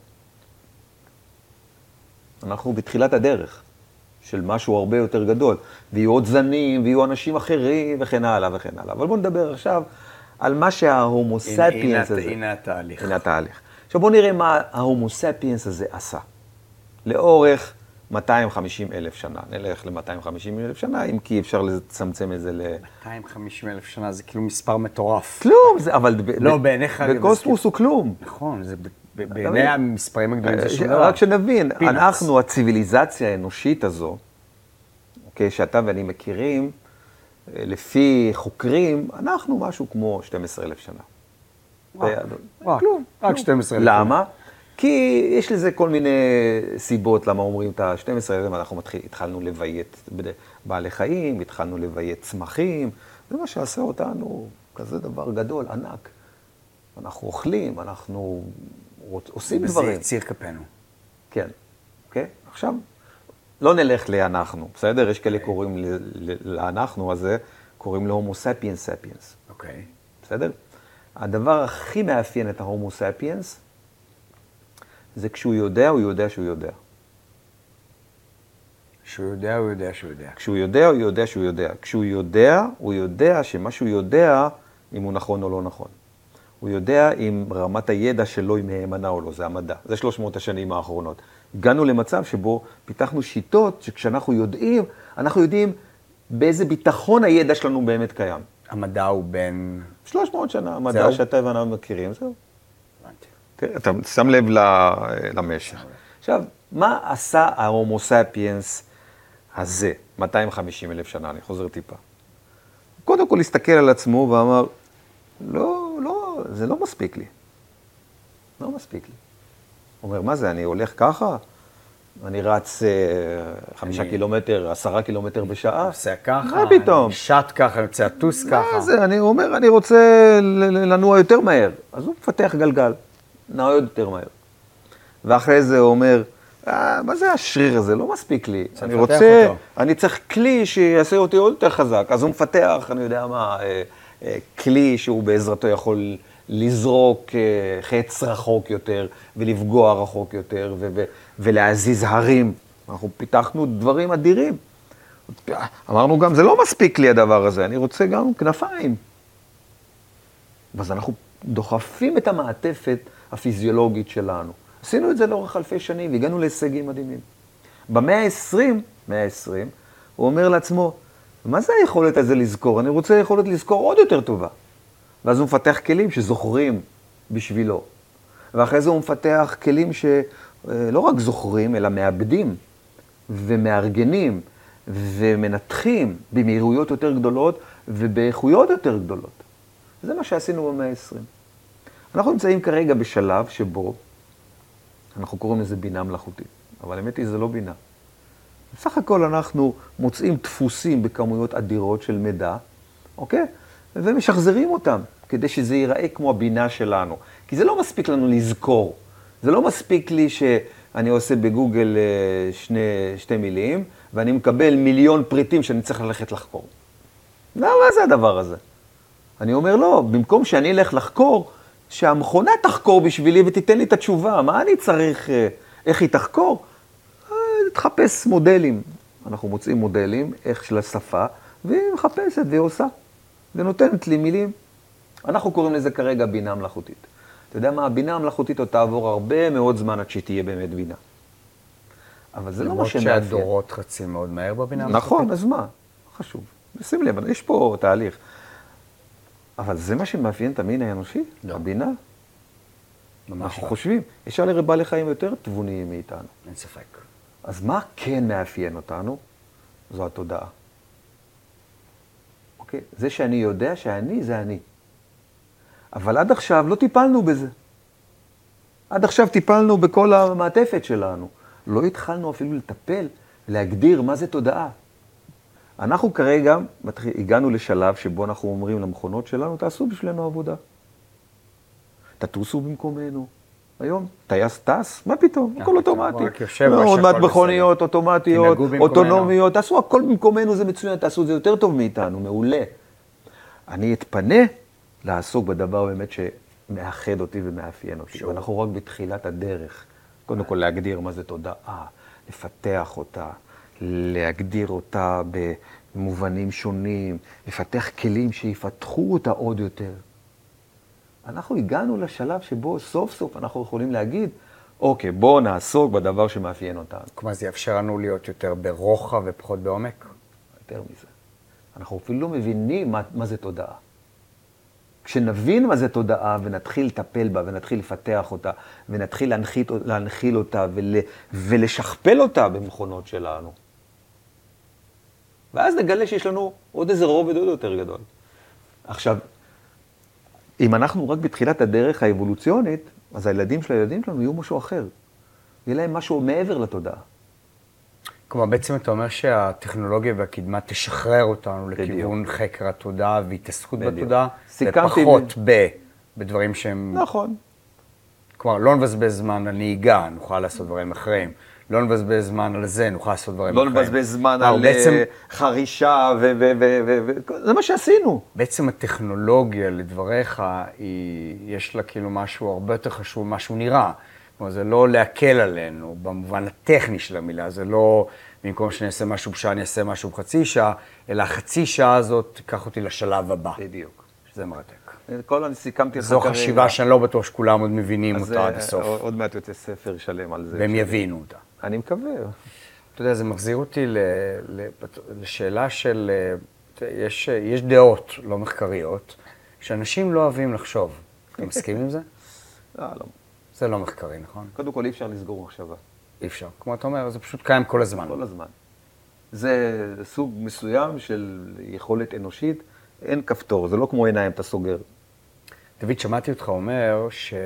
אנחנו בתחילת הדרך של משהו הרבה יותר גדול, ויהיו עוד זנים, ויהיו אנשים אחרים, וכן הלאה וכן הלאה. אבל בואו נדבר עכשיו על מה שההומו ספיאנס הזה. הנה התהליך. הנה התהליך. עכשיו בואו נראה מה ההומו ספיאנס הזה עשה. לאורך מאתיים וחמישים אלף שנה. נלך ל-מאתיים וחמישים אלף שנה, אם כי אפשר לצמצם את זה ל... מאתיים וחמישים אלף שנה זה כאילו מספר מטורף. כלום, זה, אבל... לא, בעיניך... בקוסמוס הוא כלום. נכון, זה בעיני המספרים הגדולים זה שום דבר. רק שנבין, אנחנו, הציביליזציה האנושית הזו, אוקיי, שאתה ואני מכירים, לפי חוקרים, אנחנו משהו כמו שנים עשר אלף שנה. כלום, רק שנים עשר אלף. למה? כי יש לזה כל מיני סיבות למה אומרים את ה-שנים עשר אלף, אנחנו מתחיל, התחלנו לביית בעלי חיים, התחלנו לביית צמחים, זה מה שעשה אותנו כזה דבר גדול, ענק. אנחנו אוכלים, אנחנו עושים דברים. וזה יציר כפינו. כן, אוקיי? עכשיו, לא נלך לאנחנו, בסדר? יש כאלה קוראים לאנחנו הזה, קוראים לו הומו ספיאנס ספיאנס. אוקיי. בסדר? הדבר הכי מאפיין את ההומו ספיאנס, זה כשהוא יודע, הוא יודע שהוא יודע. כשהוא יודע, הוא יודע שהוא יודע. כשהוא יודע, הוא יודע שהוא יודע. כשהוא יודע, הוא יודע שמה שהוא יודע, אם הוא נכון או לא נכון. הוא יודע אם רמת הידע שלו היא מהימנה או לא, זה המדע. זה שלוש מאות השנים האחרונות. הגענו למצב שבו פיתחנו שיטות שכשאנחנו יודעים, אנחנו יודעים באיזה ביטחון הידע שלנו באמת קיים. המדע הוא בין... שלוש מאות שנה, המדע שאתה ואנחנו מכירים, זהו. הבנתי. תראה, אתה שם לב למשך. עכשיו, מה עשה ההומו ספיאנס הזה, מאתיים וחמישים אלף שנה, אני חוזר טיפה. קודם כל הסתכל על עצמו ואמר, לא, לא, זה לא מספיק לי. לא מספיק לי. הוא אומר, מה זה, אני הולך ככה? אני רץ חמישה קילומטר, עשרה קילומטר בשעה? עושה ככה, מה פתאום? אני שט ככה, אני רוצה לטוס ככה. מה זה, אני אומר, אני רוצה לנוע יותר מהר. אז הוא מפתח גלגל, נוע יותר מהר. ואחרי זה הוא אומר, אה, מה זה השריר הזה? לא מספיק לי. אני רוצה, אותו. אני צריך כלי שיעשה אותי עוד יותר חזק. אז הוא מפתח, אני יודע מה, כלי שהוא בעזרתו יכול לזרוק חץ רחוק יותר, ולפגוע רחוק יותר, ו- ולהזיז הרים. אנחנו פיתחנו דברים אדירים. אמרנו גם, זה לא מספיק לי הדבר הזה, אני רוצה גם כנפיים. אז אנחנו דוחפים את המעטפת הפיזיולוגית שלנו. עשינו את זה לאורך אלפי שנים, והגענו להישגים מדהימים. במאה ה-עשרים, מאה ה-עשרים, הוא אומר לעצמו, מה זה היכולת הזה לזכור? אני רוצה יכולת לזכור עוד יותר טובה. ואז הוא מפתח כלים שזוכרים בשבילו. ואחרי זה הוא מפתח כלים שלא רק זוכרים, אלא מאבדים ומארגנים ומנתחים במהירויות יותר גדולות ובאיכויות יותר גדולות. זה מה שעשינו במאה ה-עשרים. אנחנו נמצאים כרגע בשלב שבו, אנחנו קוראים לזה בינה מלאכותית, אבל האמת היא זה לא בינה. בסך הכל אנחנו מוצאים דפוסים בכמויות אדירות של מידע, אוקיי? ומשחזרים אותם, כדי שזה ייראה כמו הבינה שלנו. כי זה לא מספיק לנו לזכור. זה לא מספיק לי שאני עושה בגוגל שני, שתי מילים, ואני מקבל מיליון פריטים שאני צריך ללכת לחקור. לא, מה זה הדבר הזה? אני אומר, לא, במקום שאני אלך לחקור, שהמכונה תחקור בשבילי ותיתן לי את התשובה. מה אני צריך, איך היא תחקור? תחפש מודלים. אנחנו מוצאים מודלים, איך של השפה, והיא מחפשת והיא עושה. ונותנת לי מילים. אנחנו קוראים לזה כרגע בינה מלאכותית. אתה יודע מה? הבינה המלאכותית עוד תעבור הרבה מאוד זמן עד שתהיה באמת בינה. אבל זה לא מה שמאפיין. למרות שהדורות רצים מאוד מהר בבינה המלאכותית. נכון, אז מה? חשוב. שים לב, יש פה תהליך. אבל זה מה שמאפיין את המין האנושי? לא. הבינה? ממש אנחנו לא. חושבים. יש הרי בעלי חיים יותר תבוניים מאיתנו. אין ספק. אז מה כן מאפיין אותנו? זו התודעה. אוקיי? זה שאני יודע שאני זה אני. אבל עד עכשיו לא טיפלנו בזה. עד עכשיו טיפלנו בכל המעטפת שלנו. לא התחלנו אפילו לטפל, להגדיר מה זה תודעה. אנחנו כרגע הגענו לשלב שבו אנחנו אומרים למכונות שלנו, תעשו בשבילנו עבודה. תטוסו במקומנו. היום, טייס טס, מה פתאום? הכל אוטומטי. עוד מעט מכוניות אוטומטיות, אוטונומיות, תעשו הכל במקומנו, זה מצוין, תעשו את זה יותר טוב מאיתנו, מעולה. אני אתפנה לעסוק בדבר באמת שמאחד אותי ומאפיין אותי. ואנחנו רק בתחילת הדרך. קודם כל להגדיר מה זה תודעה, לפתח אותה, להגדיר אותה במובנים שונים, לפתח כלים שיפתחו אותה עוד יותר. אנחנו הגענו לשלב שבו סוף סוף אנחנו יכולים להגיד, אוקיי, בואו נעסוק בדבר שמאפיין אותנו. כלומר, זה יאפשר לנו להיות יותר ברוחב ופחות בעומק? יותר מזה. אנחנו אפילו לא מבינים מה, מה זה תודעה. כשנבין מה זה תודעה ונתחיל לטפל בה ונתחיל לפתח אותה ונתחיל להנחיל, להנחיל אותה ול, ולשכפל אותה במכונות שלנו. ואז נגלה שיש לנו עוד איזה רובד עוד יותר גדול. עכשיו, אם אנחנו רק בתחילת הדרך האבולוציונית, אז הילדים של הילדים שלנו יהיו משהו אחר. יהיה להם משהו מעבר לתודעה. כלומר, בעצם אתה אומר שהטכנולוגיה והקדמה תשחרר אותנו לכיוון חקר התודעה והתעסקות בתודעה, ופחות ב, בדברים שהם... נכון. כלומר, לא נבזבז זמן על נהיגה, נוכל לעשות דברים אחרים. לא נבזבז זמן על זה, נוכל לעשות דברים אחרים. לא נבזבז זמן על בעצם... חרישה ו... ו... ו... ו... ו... זה מה שעשינו. בעצם הטכנולוגיה, לדבריך, היא... יש לה כאילו משהו הרבה יותר חשוב, משהו נראה. כלומר, זה לא להקל עלינו, במובן הטכני של המילה, זה לא במקום שאני אעשה משהו בשעה, אני אעשה משהו בחצי שעה, אלא החצי שעה הזאת תיקח אותי לשלב הבא. בדיוק. שזה מרתק. כל אני סיכמתי לך זו חשיבה שאני לא בטוח שכולם עוד מבינים אותה עד הסוף. עוד מעט יוצא ספר שלם על זה. והם יבינו אותה. אני מקווה. אתה יודע, זה מחזיר אותי לשאלה של, יש, יש דעות לא מחקריות, שאנשים לא אוהבים לחשוב. אתה מסכים עם זה? לא, לא. זה לא מחקרי, נכון? קודם כל, אי אפשר לסגור מחשבה. אי אפשר. כמו אתה אומר, זה פשוט קיים כל הזמן. כל הזמן. זה סוג מסוים של יכולת אנושית, אין כפתור, זה לא כמו עיניים, אתה סוגר. דוד, שמעתי אותך אומר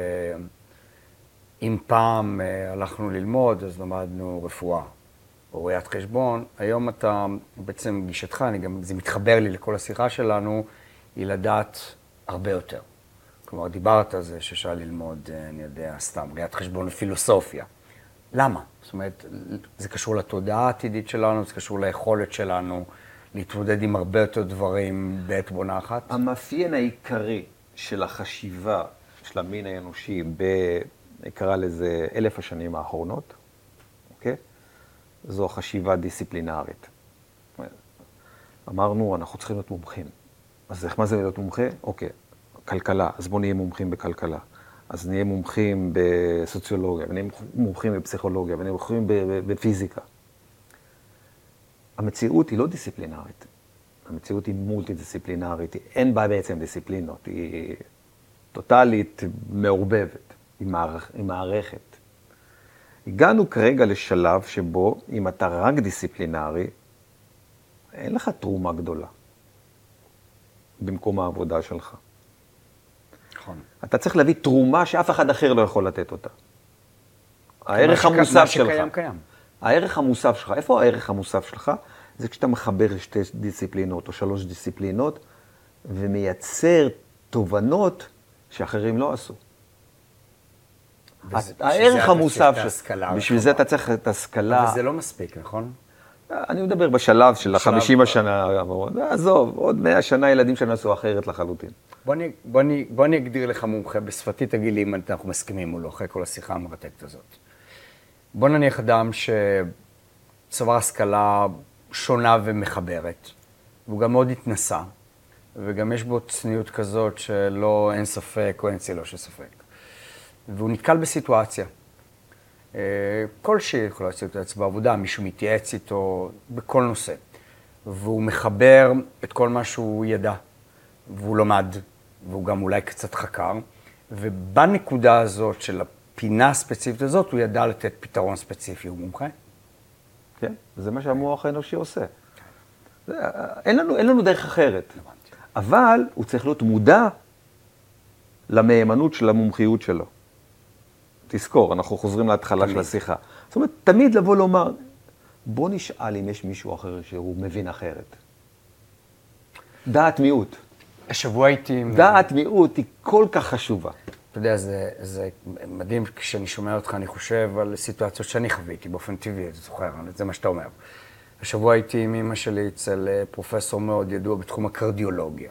שאם פעם הלכנו ללמוד, אז למדנו רפואה או ראיית חשבון, היום אתה, בעצם גישתך, אני גם, זה מתחבר לי לכל השיחה שלנו, היא לדעת הרבה יותר. כלומר, דיברת על זה שאפשר ללמוד, אני יודע, סתם, ראיית חשבון ופילוסופיה. למה? זאת אומרת, זה קשור לתודעה העתידית שלנו, זה קשור ליכולת שלנו להתמודד עם הרבה יותר דברים בעת בונה אחת. המאפיין העיקרי של החשיבה של המין האנושי ב... נקרא לזה אלף השנים האחרונות, אוקיי? זו החשיבה דיסציפלינרית. אמרנו, אנחנו צריכים להיות מומחים. אז איך מה זה להיות מומחה? אוקיי, כלכלה, אז בואו נהיה מומחים בכלכלה. אז נהיה מומחים בסוציולוגיה, ונהיה מומחים בפסיכולוגיה, ונהיה מומחים בפיזיקה. המציאות היא לא דיסציפלינרית. המציאות היא מולטי-דיסציפלינרית, אין בה בעצם דיסציפלינות, היא טוטלית מעורבבת, היא, מערכ... היא מערכת. הגענו כרגע לשלב שבו אם אתה רק דיסציפלינרי, אין לך תרומה גדולה במקום העבודה שלך. נכון. אתה צריך להביא תרומה שאף אחד אחר לא יכול לתת אותה. הערך המוסף שלך. מה שקיים קיים. הערך המוסף שלך, איפה הערך המוסף שלך? זה כשאתה מחבר שתי דיסציפלינות או שלוש דיסציפלינות, ומייצר תובנות שאחרים לא עשו. הערך המוסף שלך, בשביל זה אתה צריך את ההשכלה. אבל זה לא מספיק, נכון? אני מדבר בשלב של החמישים השנה, עזוב, עוד מאה שנה ילדים שנעשו אחרת לחלוטין. בוא אני אגדיר לך מומחה, בשפתי תגיד לי אם אנחנו מסכימים או לא, אחרי כל השיחה המרתקת הזאת. בוא נניח אדם שצבר השכלה שונה ומחברת, והוא גם מאוד התנסה, וגם יש בו צניעות כזאת שלא אין ספק או אין צילו של ספק. והוא נתקל בסיטואציה. כלשהי יכולה להיות את בעבודה, מישהו מתייעץ איתו בכל נושא. והוא מחבר את כל מה שהוא ידע, והוא לומד, והוא גם אולי קצת חקר, ובנקודה הזאת של הפינה הספציפית הזאת, הוא ידע לתת פתרון ספציפי, הוא מומחה. כן, זה מה שהמוח האנושי עושה. אין לנו, אין לנו דרך אחרת. אבל הוא צריך להיות מודע למהימנות של המומחיות שלו. תזכור, אנחנו חוזרים להתחלה של השיחה. זאת אומרת, תמיד לבוא לומר, בוא נשאל אם יש מישהו אחר שהוא מבין אחרת. דעת מיעוט. השבוע הייתי... דעת מיעוט היא כל כך חשובה. אתה יודע, זה, זה מדהים, כשאני שומע אותך, אני חושב על סיטואציות שאני חוויתי באופן טבעי, אתה זוכר, זה מה שאתה אומר. השבוע הייתי עם אמא שלי אצל פרופסור מאוד ידוע בתחום הקרדיולוגיה.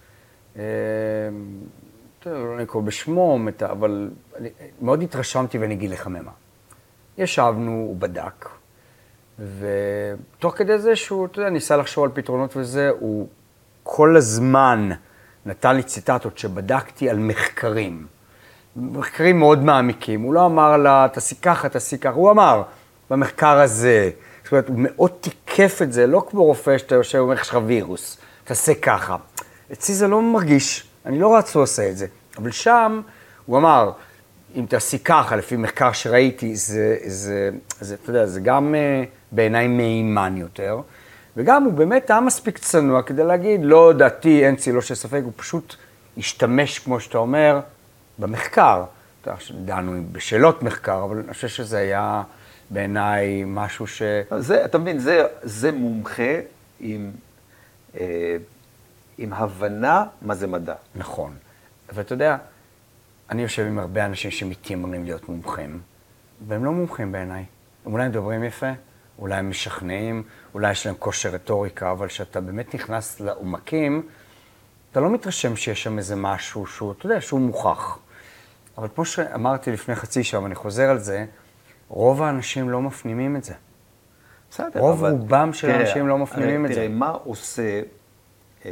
לא נקרא בשמו, אבל מאוד התרשמתי ואני אגיד לך ממה. ישבנו, הוא בדק, ותוך כדי זה שהוא, אתה יודע, ניסה לחשוב על פתרונות וזה, הוא כל הזמן נתן לי ציטטות שבדקתי על מחקרים. מחקרים מאוד מעמיקים. הוא לא אמר לה, תעשי ככה, תעשי ככה. הוא אמר, במחקר הזה, זאת אומרת, הוא מאוד תיקף את זה, לא כמו רופא שאתה יושב ואומר, יש לך וירוס, תעשה ככה. אצלי זה לא מרגיש, אני לא רצו עושה את זה. אבל שם, הוא אמר, אם תעשי ככה, לפי מחקר שראיתי, זה, זה, זה, אתה יודע, זה גם בעיניי מהימן יותר, וגם הוא באמת היה מספיק צנוע כדי להגיד, לא דעתי, אין צילו של ספק, הוא פשוט השתמש, כמו שאתה אומר, במחקר. דענו בשאלות מחקר, אבל אני חושב שזה היה בעיניי משהו ש... זה, אתה מבין, זה, זה מומחה עם, אה, עם הבנה מה זה מדע. נכון. ואתה יודע, אני יושב עם הרבה אנשים שמתיימרים להיות מומחים, והם לא מומחים בעיניי. הם אולי מדברים יפה, אולי הם משכנעים, אולי יש להם כושר רטוריקה, אבל כשאתה באמת נכנס לעומקים, אתה לא מתרשם שיש שם איזה משהו שהוא, אתה יודע, שהוא מוכח. אבל כמו שאמרתי לפני חצי שעה, ואני חוזר על זה, רוב האנשים לא מפנימים את זה. בסדר, רוב אבל... רובם של תראה, האנשים לא מפנימים את זה. תראה, מה עושה, אה,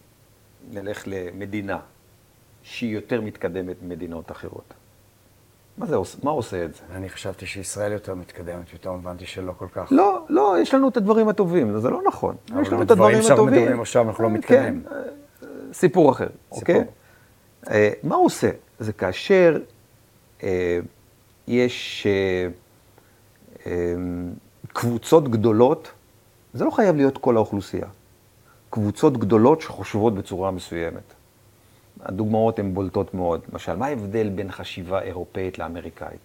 נלך למדינה, שהיא יותר מתקדמת ממדינות אחרות. מה זה עושה? מה עושה את זה? אני חשבתי שישראל יותר מתקדמת, פתאום הבנתי שלא כל כך. לא, לא, יש לנו את הדברים הטובים, זה לא נכון. יש לנו את הדברים הדברים הטובים. מדברים עכשיו, אנחנו לא מתקדמים. כן, סיפור אחר, אוקיי? מה הוא עושה? זה כאשר יש קבוצות גדולות, זה לא חייב להיות כל האוכלוסייה. קבוצות גדולות שחושבות בצורה מסוימת. הדוגמאות הן בולטות מאוד. למשל, מה ההבדל בין חשיבה אירופאית לאמריקאית?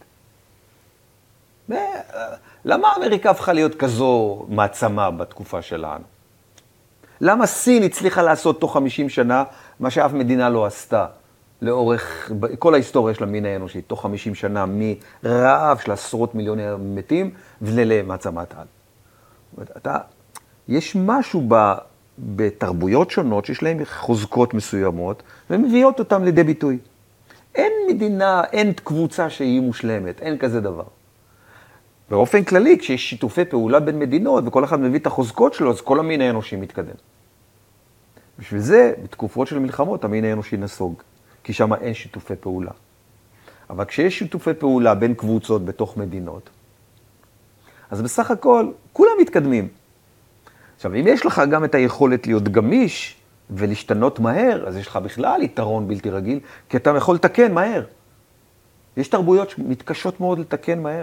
למה אמריקה הפכה להיות כזו מעצמה בתקופה שלנו? למה סין הצליחה לעשות תוך חמישים שנה מה שאף מדינה לא עשתה לאורך כל ההיסטוריה של המין האנושי, תוך חמישים שנה מרעב של עשרות מיליוני מתים ולמעצמת על? אתה, יש משהו ב... בתרבויות שונות שיש להן חוזקות מסוימות, ומביאות אותן לידי ביטוי. אין מדינה, אין קבוצה שהיא מושלמת, אין כזה דבר. באופן כללי, כשיש שיתופי פעולה בין מדינות, וכל אחד מביא את החוזקות שלו, אז כל המין האנושי מתקדם. בשביל זה, בתקופות של מלחמות, המין האנושי נסוג, כי שם אין שיתופי פעולה. אבל כשיש שיתופי פעולה בין קבוצות בתוך מדינות, אז בסך הכל, כולם מתקדמים. עכשיו, אם יש לך גם את היכולת להיות גמיש ולהשתנות מהר, אז יש לך בכלל יתרון בלתי רגיל, כי אתה יכול לתקן מהר. יש תרבויות שמתקשות מאוד לתקן מהר.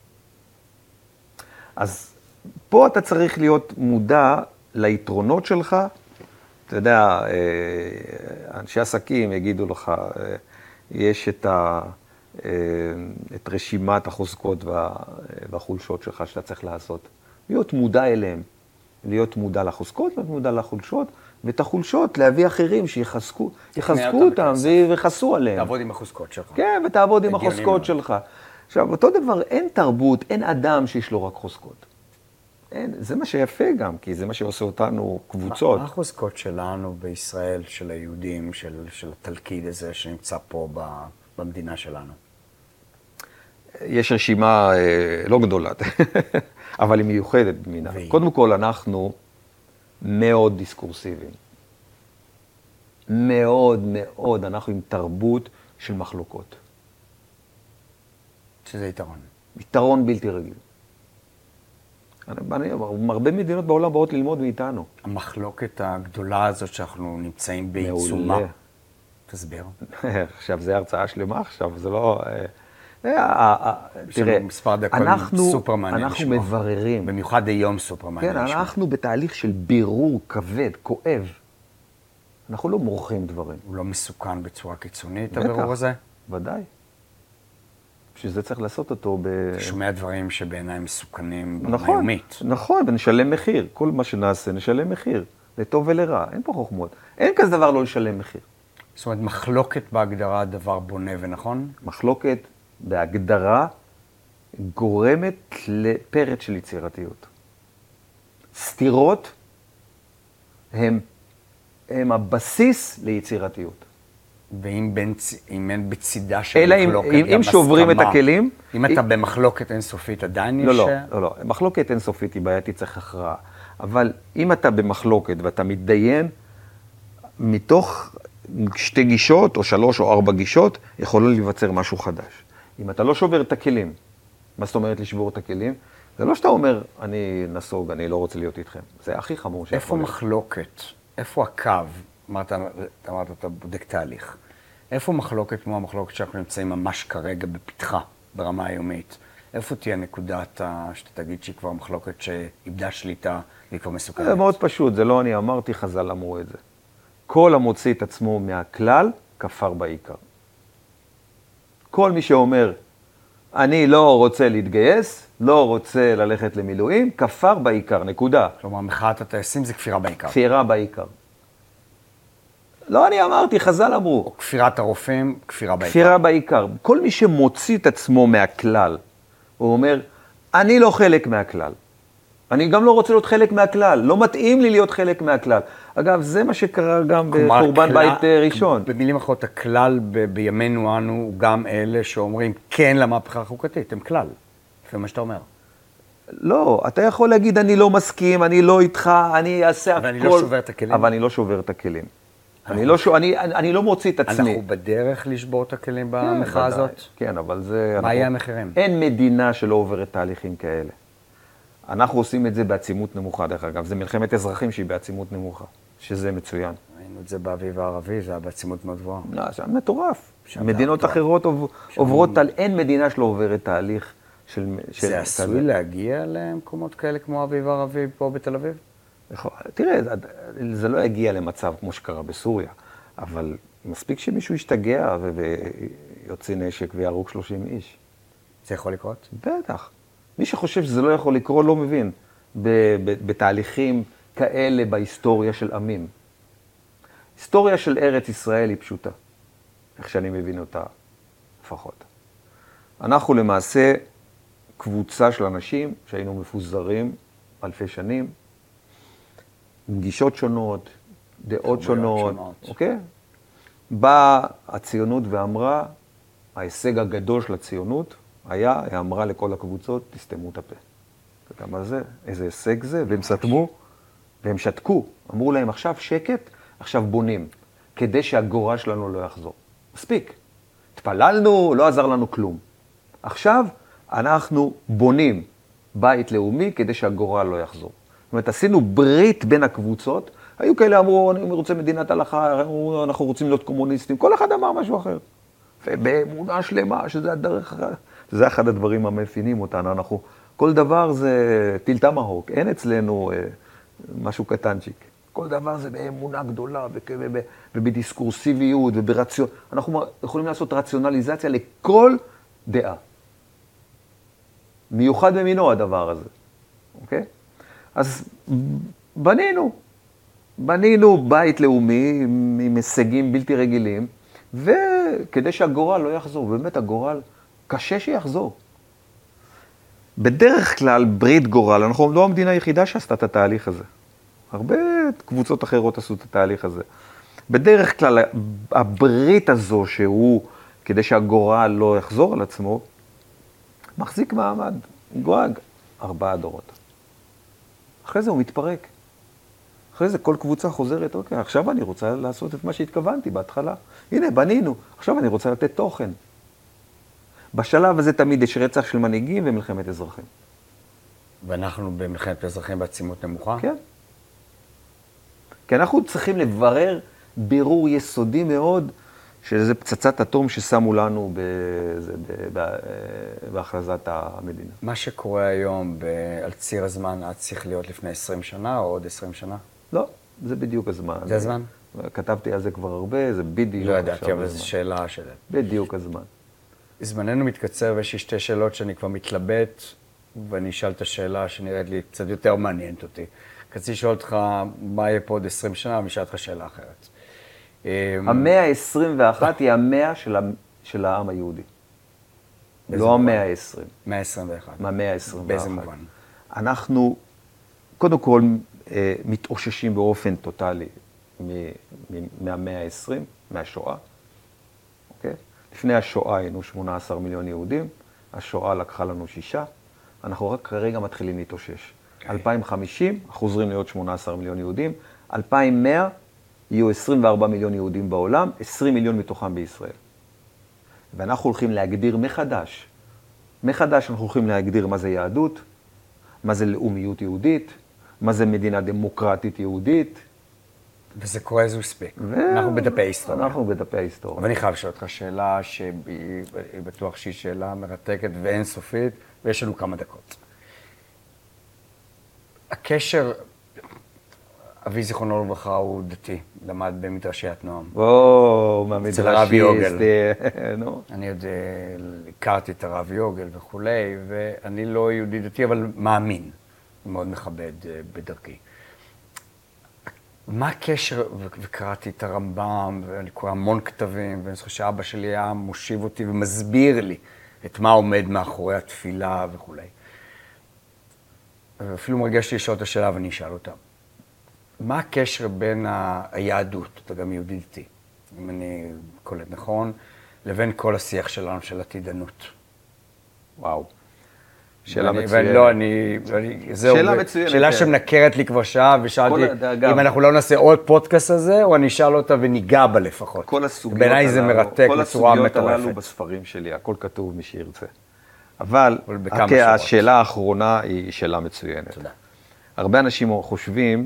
אז פה אתה צריך להיות מודע ליתרונות שלך. אתה יודע, אנשי עסקים יגידו לך, יש את, ה, את רשימת החוזקות והחולשות שלך שאתה צריך לעשות. להיות מודע אליהם. להיות מודע לחוזקות, להיות מודע לחולשות, ואת החולשות להביא אחרים שיחזקו יחזקו אותם ויחסו עליהם. תעבוד עם החוזקות שלך. כן, ותעבוד עם החוזקות שלך. עכשיו, אותו דבר, אין תרבות, אין אדם שיש לו רק חוזקות. אין, זה מה שיפה גם, כי זה מה שעושה אותנו קבוצות. מה החוזקות שלנו בישראל, של היהודים, של, של התלכיד הזה שנמצא פה במדינה שלנו? יש רשימה אה, לא גדולה, אבל היא מיוחדת במינה. והיא. קודם כל, אנחנו מאוד דיסקורסיביים. מאוד מאוד, אנחנו עם תרבות של מחלוקות. שזה יתרון. יתרון בלתי רגיל. אני, הרבה מדינות בעולם באות ללמוד מאיתנו. המחלוקת הגדולה הזאת שאנחנו נמצאים בעיצומה. מעולה. תסביר. עכשיו, זה הרצאה שלמה עכשיו, זה לא... תראה, מספר דקות סופר מעניין אנחנו מבררים. במיוחד היום סופר מעניין. כן, אנחנו בתהליך של בירור כבד, כואב. אנחנו לא מורחים דברים. הוא לא מסוכן בצורה קיצונית, הבירור הזה? ודאי. בשביל זה צריך לעשות אותו ב... אתה שומע דברים שבעיניי מסוכנים ברמה יומית. נכון, ונשלם מחיר. כל מה שנעשה, נשלם מחיר. לטוב ולרע. אין פה חוכמות. אין כזה דבר לא לשלם מחיר. זאת אומרת, מחלוקת בהגדרה דבר בונה ונכון? מחלוקת בהגדרה גורמת לפרץ של יצירתיות. סתירות הם, הם הבסיס ליצירתיות. ואם בין, אם אין בצידה של מחלוקת, אם, אם שוברים את הכלים... אם אתה במחלוקת אינסופית עדיין יש... לא, לא, לא, לא. מחלוקת אינסופית היא בעייתית, צריך הכרעה. אבל אם אתה במחלוקת ואתה מתדיין, מתוך שתי גישות או שלוש או ארבע גישות, יכול להיווצר משהו חדש. אם אתה לא שובר את הכלים, מה זאת אומרת לשבור את הכלים? זה לא שאתה אומר, אני נסוג, אני לא רוצה להיות איתכם. זה הכי חמור שיכול להיות. איפה מחלוקת? איפה הקו? אמרת, אמרת, אתה בודק תהליך. איפה מחלוקת כמו המחלוקת שאנחנו נמצאים ממש כרגע בפתחה, ברמה היומית? איפה תהיה נקודת שאתה תגיד שהיא כבר מחלוקת שאיבדה שליטה והיא כבר מסוכנת? זה מאוד פשוט, זה לא אני אמרתי, חז"ל אמרו את זה. כל המוציא את עצמו מהכלל, כפר בעיקר. כל מי שאומר, אני לא רוצה להתגייס, לא רוצה ללכת למילואים, כפר בעיקר, נקודה. כלומר, מחאת הטייסים זה כפירה בעיקר. כפירה בעיקר. לא אני אמרתי, חז"ל אמרו. או כפירת הרופאים, כפירה בעיקר. כפירה בעיקר. כל מי שמוציא את עצמו מהכלל, הוא אומר, אני לא חלק מהכלל. אני גם לא רוצה להיות חלק מהכלל. לא מתאים לי להיות חלק מהכלל. אגב, זה מה שקרה גם בחורבן בית ראשון. במילים אחרות, הכלל ב- בימינו אנו הוא גם אלה שאומרים כן למהפכה החוקתית, הם כלל. לפי מה שאתה אומר. לא, אתה יכול להגיד, אני לא מסכים, אני לא איתך, אני אעשה הכל. אבל אני לא שובר את הכלים. אבל אני לא שובר את הכלים. אני לא, שו, אני, אני, אני לא מוציא את עצמי. אנחנו בדרך לשבור את הכלים במחאה כן, הזאת? כן, אבל זה... מה אנחנו, יהיה המחירים? אין מדינה שלא עוברת תהליכים כאלה. אנחנו עושים את זה בעצימות נמוכה, דרך אגב. זה מלחמת אזרחים שהיא בעצימות נמוכה, שזה מצוין. ראינו את זה באביב הערבי, זה היה בעצימות מאוד גבוהה. לא, זה מטורף. שם מדינות מטורף. אחרות עוב, שם... עוברות, על, אין מדינה שלא עוברת תהליך של... של זה עשוי כזה. להגיע למקומות כאלה כמו אביב הערבי פה בתל אביב? תראה, זה, זה לא יגיע למצב כמו שקרה בסוריה, אבל מספיק שמישהו ישתגע ויוציא נשק ויהרוג שלושים איש. זה יכול לקרות? בטח. מי שחושב שזה לא יכול לקרות לא מבין. בתהליכים כאלה בהיסטוריה של עמים. היסטוריה של ארץ ישראל היא פשוטה, איך שאני מבין אותה לפחות. אנחנו למעשה קבוצה של אנשים שהיינו מפוזרים אלפי שנים, עם גישות שונות, דעות שונות, שונות, אוקיי? באה הציונות ואמרה, ההישג הגדול של הציונות היה, היא אמרה לכל הקבוצות, תסתמו את הפה. אתה יודע מה זה? איזה הישג זה? והם סתמו, והם שתקו. אמרו להם, עכשיו שקט, עכשיו בונים, כדי שהגורל שלנו לא יחזור. מספיק. התפללנו, לא עזר לנו כלום. עכשיו אנחנו בונים בית לאומי כדי שהגורל לא יחזור. זאת אומרת, עשינו ברית בין הקבוצות, היו כאלה אמרו, אני רוצה מדינת הלכה, אנחנו רוצים להיות קומוניסטים, כל אחד אמר משהו אחר. ובאמונה שלמה, שזה הדרך, זה אחד הדברים המאפיינים אותנו, אנחנו, כל דבר זה טיל טמהוק, אין אצלנו אה, משהו קטנצ'יק. כל דבר זה באמונה גדולה, ובדיסקורסיביות, וברציון, אנחנו יכולים לעשות רציונליזציה לכל דעה. מיוחד במינו הדבר הזה, אוקיי? אז בנינו, בנינו בית לאומי עם הישגים בלתי רגילים, וכדי שהגורל לא יחזור, באמת הגורל קשה שיחזור. בדרך כלל ברית גורל, אנחנו לא המדינה היחידה שעשתה את התהליך הזה. הרבה קבוצות אחרות עשו את התהליך הזה. בדרך כלל הברית הזו שהוא, כדי שהגורל לא יחזור על עצמו, מחזיק מעמד, גואג, ארבעה דורות. אחרי זה הוא מתפרק. אחרי זה כל קבוצה חוזרת, אוקיי, עכשיו אני רוצה לעשות את מה שהתכוונתי בהתחלה. הנה, בנינו, עכשיו אני רוצה לתת תוכן. בשלב הזה תמיד יש רצח של מנהיגים ומלחמת אזרחים. ואנחנו במלחמת אזרחים בעצימות נמוכה? כן. כי אנחנו צריכים לברר בירור יסודי מאוד, שזה פצצת אטום ששמו לנו בהכרזת המדינה. מה שקורה היום על ציר הזמן, אז צריך להיות לפני עשרים שנה או עוד עשרים שנה? לא, זה בדיוק הזמן. זה הזמן? כתבתי על זה כבר הרבה, זה בדיוק. לא ידעתי, אבל זו שאלה שלי. בדיוק הזמן. זמננו מתקצר ויש לי שתי שאלות שאני כבר מתלבט, ואני אשאל את השאלה שנראית לי קצת יותר מעניינת אותי. רציתי לשאול אותך מה יהיה פה עוד עשרים שנה, ואני אשאל אותך שאלה אחרת. המאה ה-עשרים ואחת היא המאה של העם היהודי. לא המאה ה-עשרים. מאה ה-עשרים ואחת. מהמאה ה-עשרים ואחת. באיזה מובן? אנחנו, קודם כל, מתאוששים באופן טוטלי מהמאה ה-עשרים, מהשואה. אוקיי? לפני השואה היינו שמונה עשר מיליון יהודים, השואה לקחה לנו שישה, אנחנו רק כרגע מתחילים להתאושש. אלפיים וחמישים, חוזרים להיות שמונה עשר מיליון יהודים, אלפיים ומאה יהיו עשרים וארבעה מיליון יהודים בעולם, עשרים מיליון מתוכם בישראל. ואנחנו הולכים להגדיר מחדש. מחדש אנחנו הולכים להגדיר מה זה יהדות, מה זה לאומיות יהודית, מה זה מדינה דמוקרטית יהודית. וזה קורה as we speak. ו... אנחנו בדפי היסטוריה. אנחנו בדפי היסטוריה. ואני חייב לשאול אותך שאלה שהיא בטוח שהיא שאלה מרתקת ואינסופית, ויש לנו כמה דקות. הקשר, אבי זיכרונו לברכה הוא דתי, למד במדרשיית נועם. או, מהמדרשיסט. אצל הרב יוגל. נו. אני עוד הכרתי את הרב יוגל וכולי, ואני לא יהודי דתי, אבל מאמין, מאוד מכבד בדרכי. מה הקשר, וקראתי את הרמב"ם, ואני קורא המון כתבים, ואני זוכר שאבא שלי היה מושיב אותי ומסביר לי את מה עומד מאחורי התפילה וכולי. ואפילו מרגש לי לשאול את השאלה ואני אשאל אותה. מה הקשר בין היהדות, אתה גם יהודי דתי, אם אני קולט נכון, לבין כל השיח שלנו של עתידנות? וואו. שאלה ואני, מצוינת. ולא, אני, אני, זהו, שאלה מצוינת. שאלה שמנקרת לי כבר שעה, ושאלתי אם אנחנו לא נעשה עוד פודקאסט הזה, או אני אשאל אותה וניגע בה לפחות. כל הסוגיות בעיניי זה מרתק בצורה מטורפת. כל הסוגיות הללו בספרים שלי, הכל כתוב מי שירצה. אבל, אבל בכמה okay, שורות. השאלה האחרונה היא שאלה מצוינת. תודה. הרבה אנשים חושבים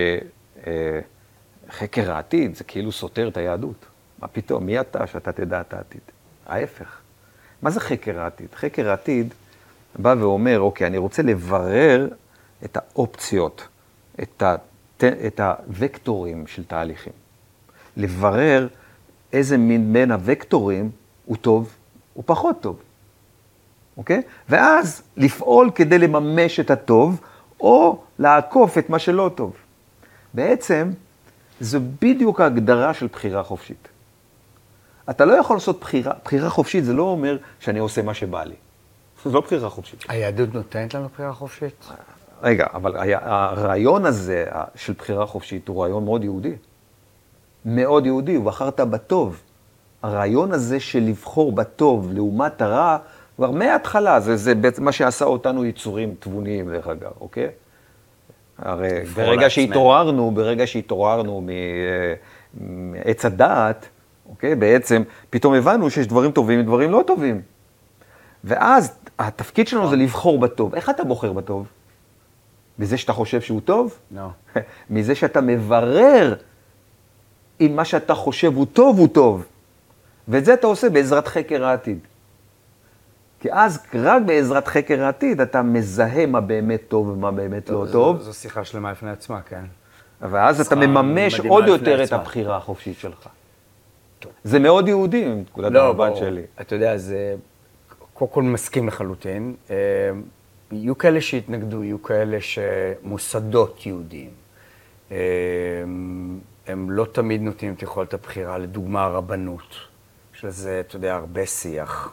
שחקר העתיד זה כאילו סותר את היהדות. מה פתאום? מי אתה שאתה תדע את העתיד? ההפך. מה זה חקר העתיד? חקר העתיד בא ואומר, אוקיי, אני רוצה לברר את האופציות, את, ה, את הוקטורים של תהליכים. לברר איזה מין בין הוקטורים הוא טוב, הוא פחות טוב. אוקיי? ואז לפעול כדי לממש את הטוב, או לעקוף את מה שלא טוב. בעצם, זו בדיוק ההגדרה של בחירה חופשית. אתה לא יכול לעשות בחירה, בחירה חופשית, זה לא אומר שאני עושה מה שבא לי. זה לא בחירה חופשית. היהדות נותנת לנו בחירה חופשית? רגע, אבל הרעיון הזה של בחירה חופשית הוא רעיון מאוד יהודי. מאוד יהודי, ובחרת בטוב. הרעיון הזה של לבחור בטוב לעומת הרע, כבר מההתחלה, זה, זה בעצם מה שעשה אותנו יצורים תבוניים, דרך אגב, אוקיי? הרי ברגע שהתעוררנו, ברגע שהתעוררנו מעץ הדעת, אוקיי? בעצם פתאום הבנו שיש דברים טובים ודברים לא טובים. ואז התפקיד שלנו זה לבחור בטוב. איך אתה בוחר בטוב? מזה שאתה חושב שהוא טוב? לא. מזה שאתה מברר אם מה שאתה חושב הוא טוב, הוא טוב. ואת זה אתה עושה בעזרת חקר העתיד. כי אז רק בעזרת חקר העתיד אתה מזהה מה באמת טוב ומה באמת לא טוב. זו שיחה שלמה לפני עצמה, כן. ואז אתה מממש עוד יותר את הבחירה החופשית שלך. זה מאוד יהודי, מנקודת המבט שלי. אתה יודע, זה קודם כל מסכים לחלוטין. יהיו כאלה שהתנגדו, יהיו כאלה שמוסדות יהודיים. הם לא תמיד נותנים את יכולת הבחירה, לדוגמה הרבנות, שזה, אתה יודע, הרבה שיח.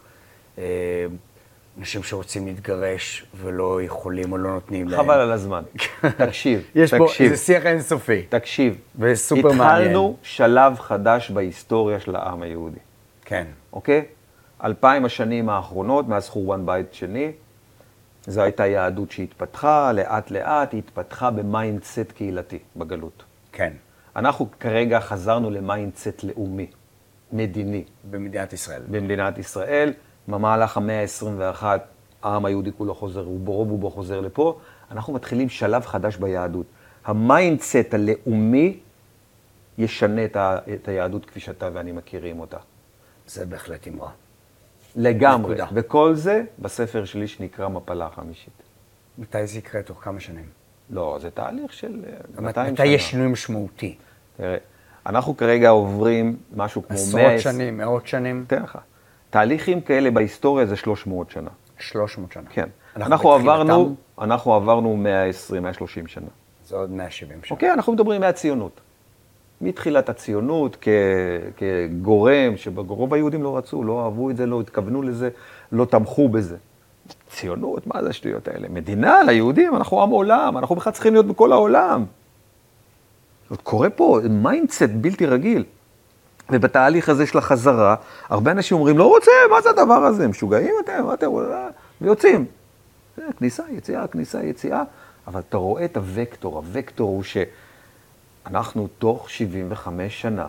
אנשים שרוצים להתגרש ולא יכולים או לא נותנים להם. חבל על הזמן. תקשיב, יש פה, תקשיב. זה שיח אינסופי. תקשיב. וסופר מעניין. התחלנו שלב חדש בהיסטוריה של העם היהודי. כן. אוקיי? אלפיים השנים האחרונות, מאז חורבן בית שני, זו הייתה יהדות שהתפתחה, לאט לאט, היא התפתחה במיינדסט קהילתי, בגלות. כן. אנחנו כרגע חזרנו למיינדסט לאומי, מדיני. במדינת ישראל. במדינת ישראל, במהלך המאה ה-עשרים ואחת, העם היהודי כולו חוזר, הוא ברוב ובו חוזר לפה, אנחנו מתחילים שלב חדש ביהדות. המיינדסט הלאומי ישנה את, ה, את היהדות כפי שאתה ואני מכירים אותה. זה בהחלט אמרה. לגמרי. נקודה. וכל זה בספר שלי שנקרא מפלה חמישית. מתי זה יקרה? תוך כמה שנים? לא, זה תהליך של מאתיים שנה. מתי יש שינוי משמעותי? תראה, אנחנו כרגע עוברים משהו כמו מאה... עשרות שנים, מאות שנים? תראה לך. תהליכים כאלה בהיסטוריה זה שלוש מאות שנה. שלוש מאות שנה. כן. אנחנו אנחנו עברנו, בתחילתם? אנחנו עברנו מאה ועשרים, מאה ושלושים שנה. זה עוד מאה שבעים שנה. אוקיי, אנחנו מדברים מהציונות. מתחילת הציונות כ, כגורם, שרוב היהודים לא רצו, לא אהבו את זה, לא התכוונו לזה, לא תמכו בזה. ציונות, מה זה השטויות האלה? מדינה ליהודים, אנחנו עם עולם, אנחנו בכלל צריכים להיות בכל העולם. עוד קורה פה מיינדסט בלתי רגיל. ובתהליך הזה של החזרה, הרבה אנשים אומרים, לא רוצה, מה זה הדבר הזה? משוגעים אתם, מה אתם, ויוצאים. זה כניסה, יציאה, כניסה, יציאה. אבל אתה רואה את הוקטור, הוקטור הוא שאנחנו תוך שבעים וחמש שנה,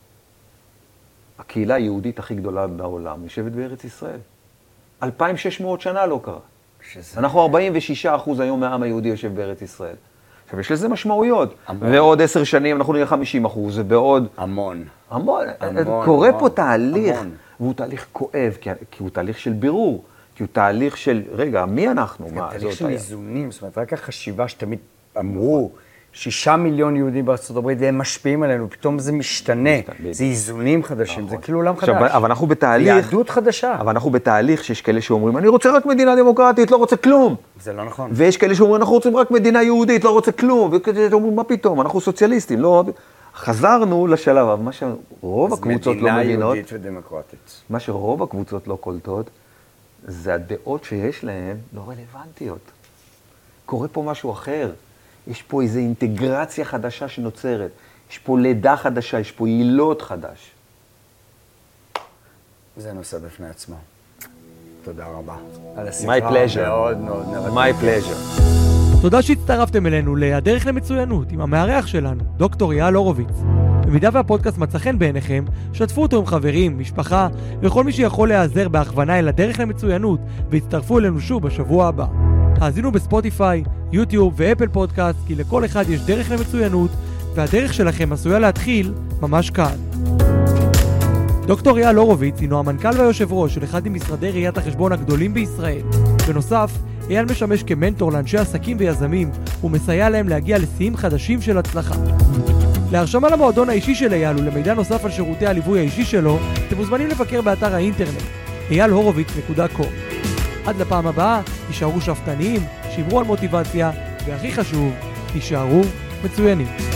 הקהילה היהודית הכי גדולה בעולם יושבת בארץ ישראל. אלפיים ושש מאות שנה לא קרה. שזה... אנחנו ארבעים ושישה אחוז היום מהעם היהודי יושב בארץ ישראל. עכשיו, יש לזה משמעויות. המון. ועוד עשר שנים אנחנו נהיה חמישים אחוז, ובעוד... המון. המון. המון קורה המון, פה תהליך, המון. והוא תהליך כואב, כי, כי הוא תהליך של בירור, כי הוא תהליך של, רגע, מי אנחנו? מה, תהליך של איזונים, זאת אומרת, רק החשיבה שתמיד אמרו, שישה מיליון יהודים בארצות הברית, והם משפיעים עלינו, פתאום זה משתנה, זה איזונים חדשים, נכון. זה כאילו עולם חדש. עכשיו, אבל אנחנו בתהליך... יהדות חדשה. אבל אנחנו בתהליך שיש כאלה שאומרים, אני רוצה רק מדינה דמוקרטית, לא רוצה כלום. זה לא נכון. ויש כאלה שאומרים, אנחנו רוצים רק מדינה יהודית, לא רוצה כלום. וכאלה שאומרים, מה פתאום, אנחנו סוציאליסטים, לא... חזרנו לשלב, אבל מה שרוב הקבוצות לא מבינות... מדינה יהודית ודמוקרטית. מה שרוב הקבוצות לא קולטות, זה הדעות שיש להן לא רלוונטיות. קורה פה משהו אחר. יש פה איזו אינטגרציה חדשה שנוצרת. יש פה לידה חדשה, יש פה יילוד חדש. זה נושא בפני עצמו. תודה רבה. על My השיחה pleasure. מאוד מאוד נראה. My pleasure. תודה שהצטרפתם אלינו לדרך למצוינות עם המארח שלנו, דוקטור אייל הורוביץ. במידה והפודקאסט מצא חן בעיניכם, שתפו אותו עם חברים, משפחה וכל מי שיכול להיעזר בהכוונה אל הדרך למצוינות, והצטרפו אלינו שוב בשבוע הבא. האזינו בספוטיפיי, יוטיוב ואפל פודקאסט, כי לכל אחד יש דרך למצוינות, והדרך שלכם עשויה להתחיל ממש כאן. דוקטור אייל הורוביץ הינו המנכ"ל והיושב ראש של אחד ממשרדי ראיית החשבון הגדולים בישראל. בנוסף, אייל משמש כמנטור לאנשי עסקים ויזמים, ומסייע להם להגיע לשיאים חדשים של הצלחה. להרשמה למועדון האישי של אייל ולמידע נוסף על שירותי הליווי האישי שלו, אתם מוזמנים לבקר באתר האינטרנט אייל הורוביץ נקודה קום. עד לפעם הבאה, תישארו שפטניים, שמרו על מוטיבציה, והכי חשוב, תישארו מצוינים.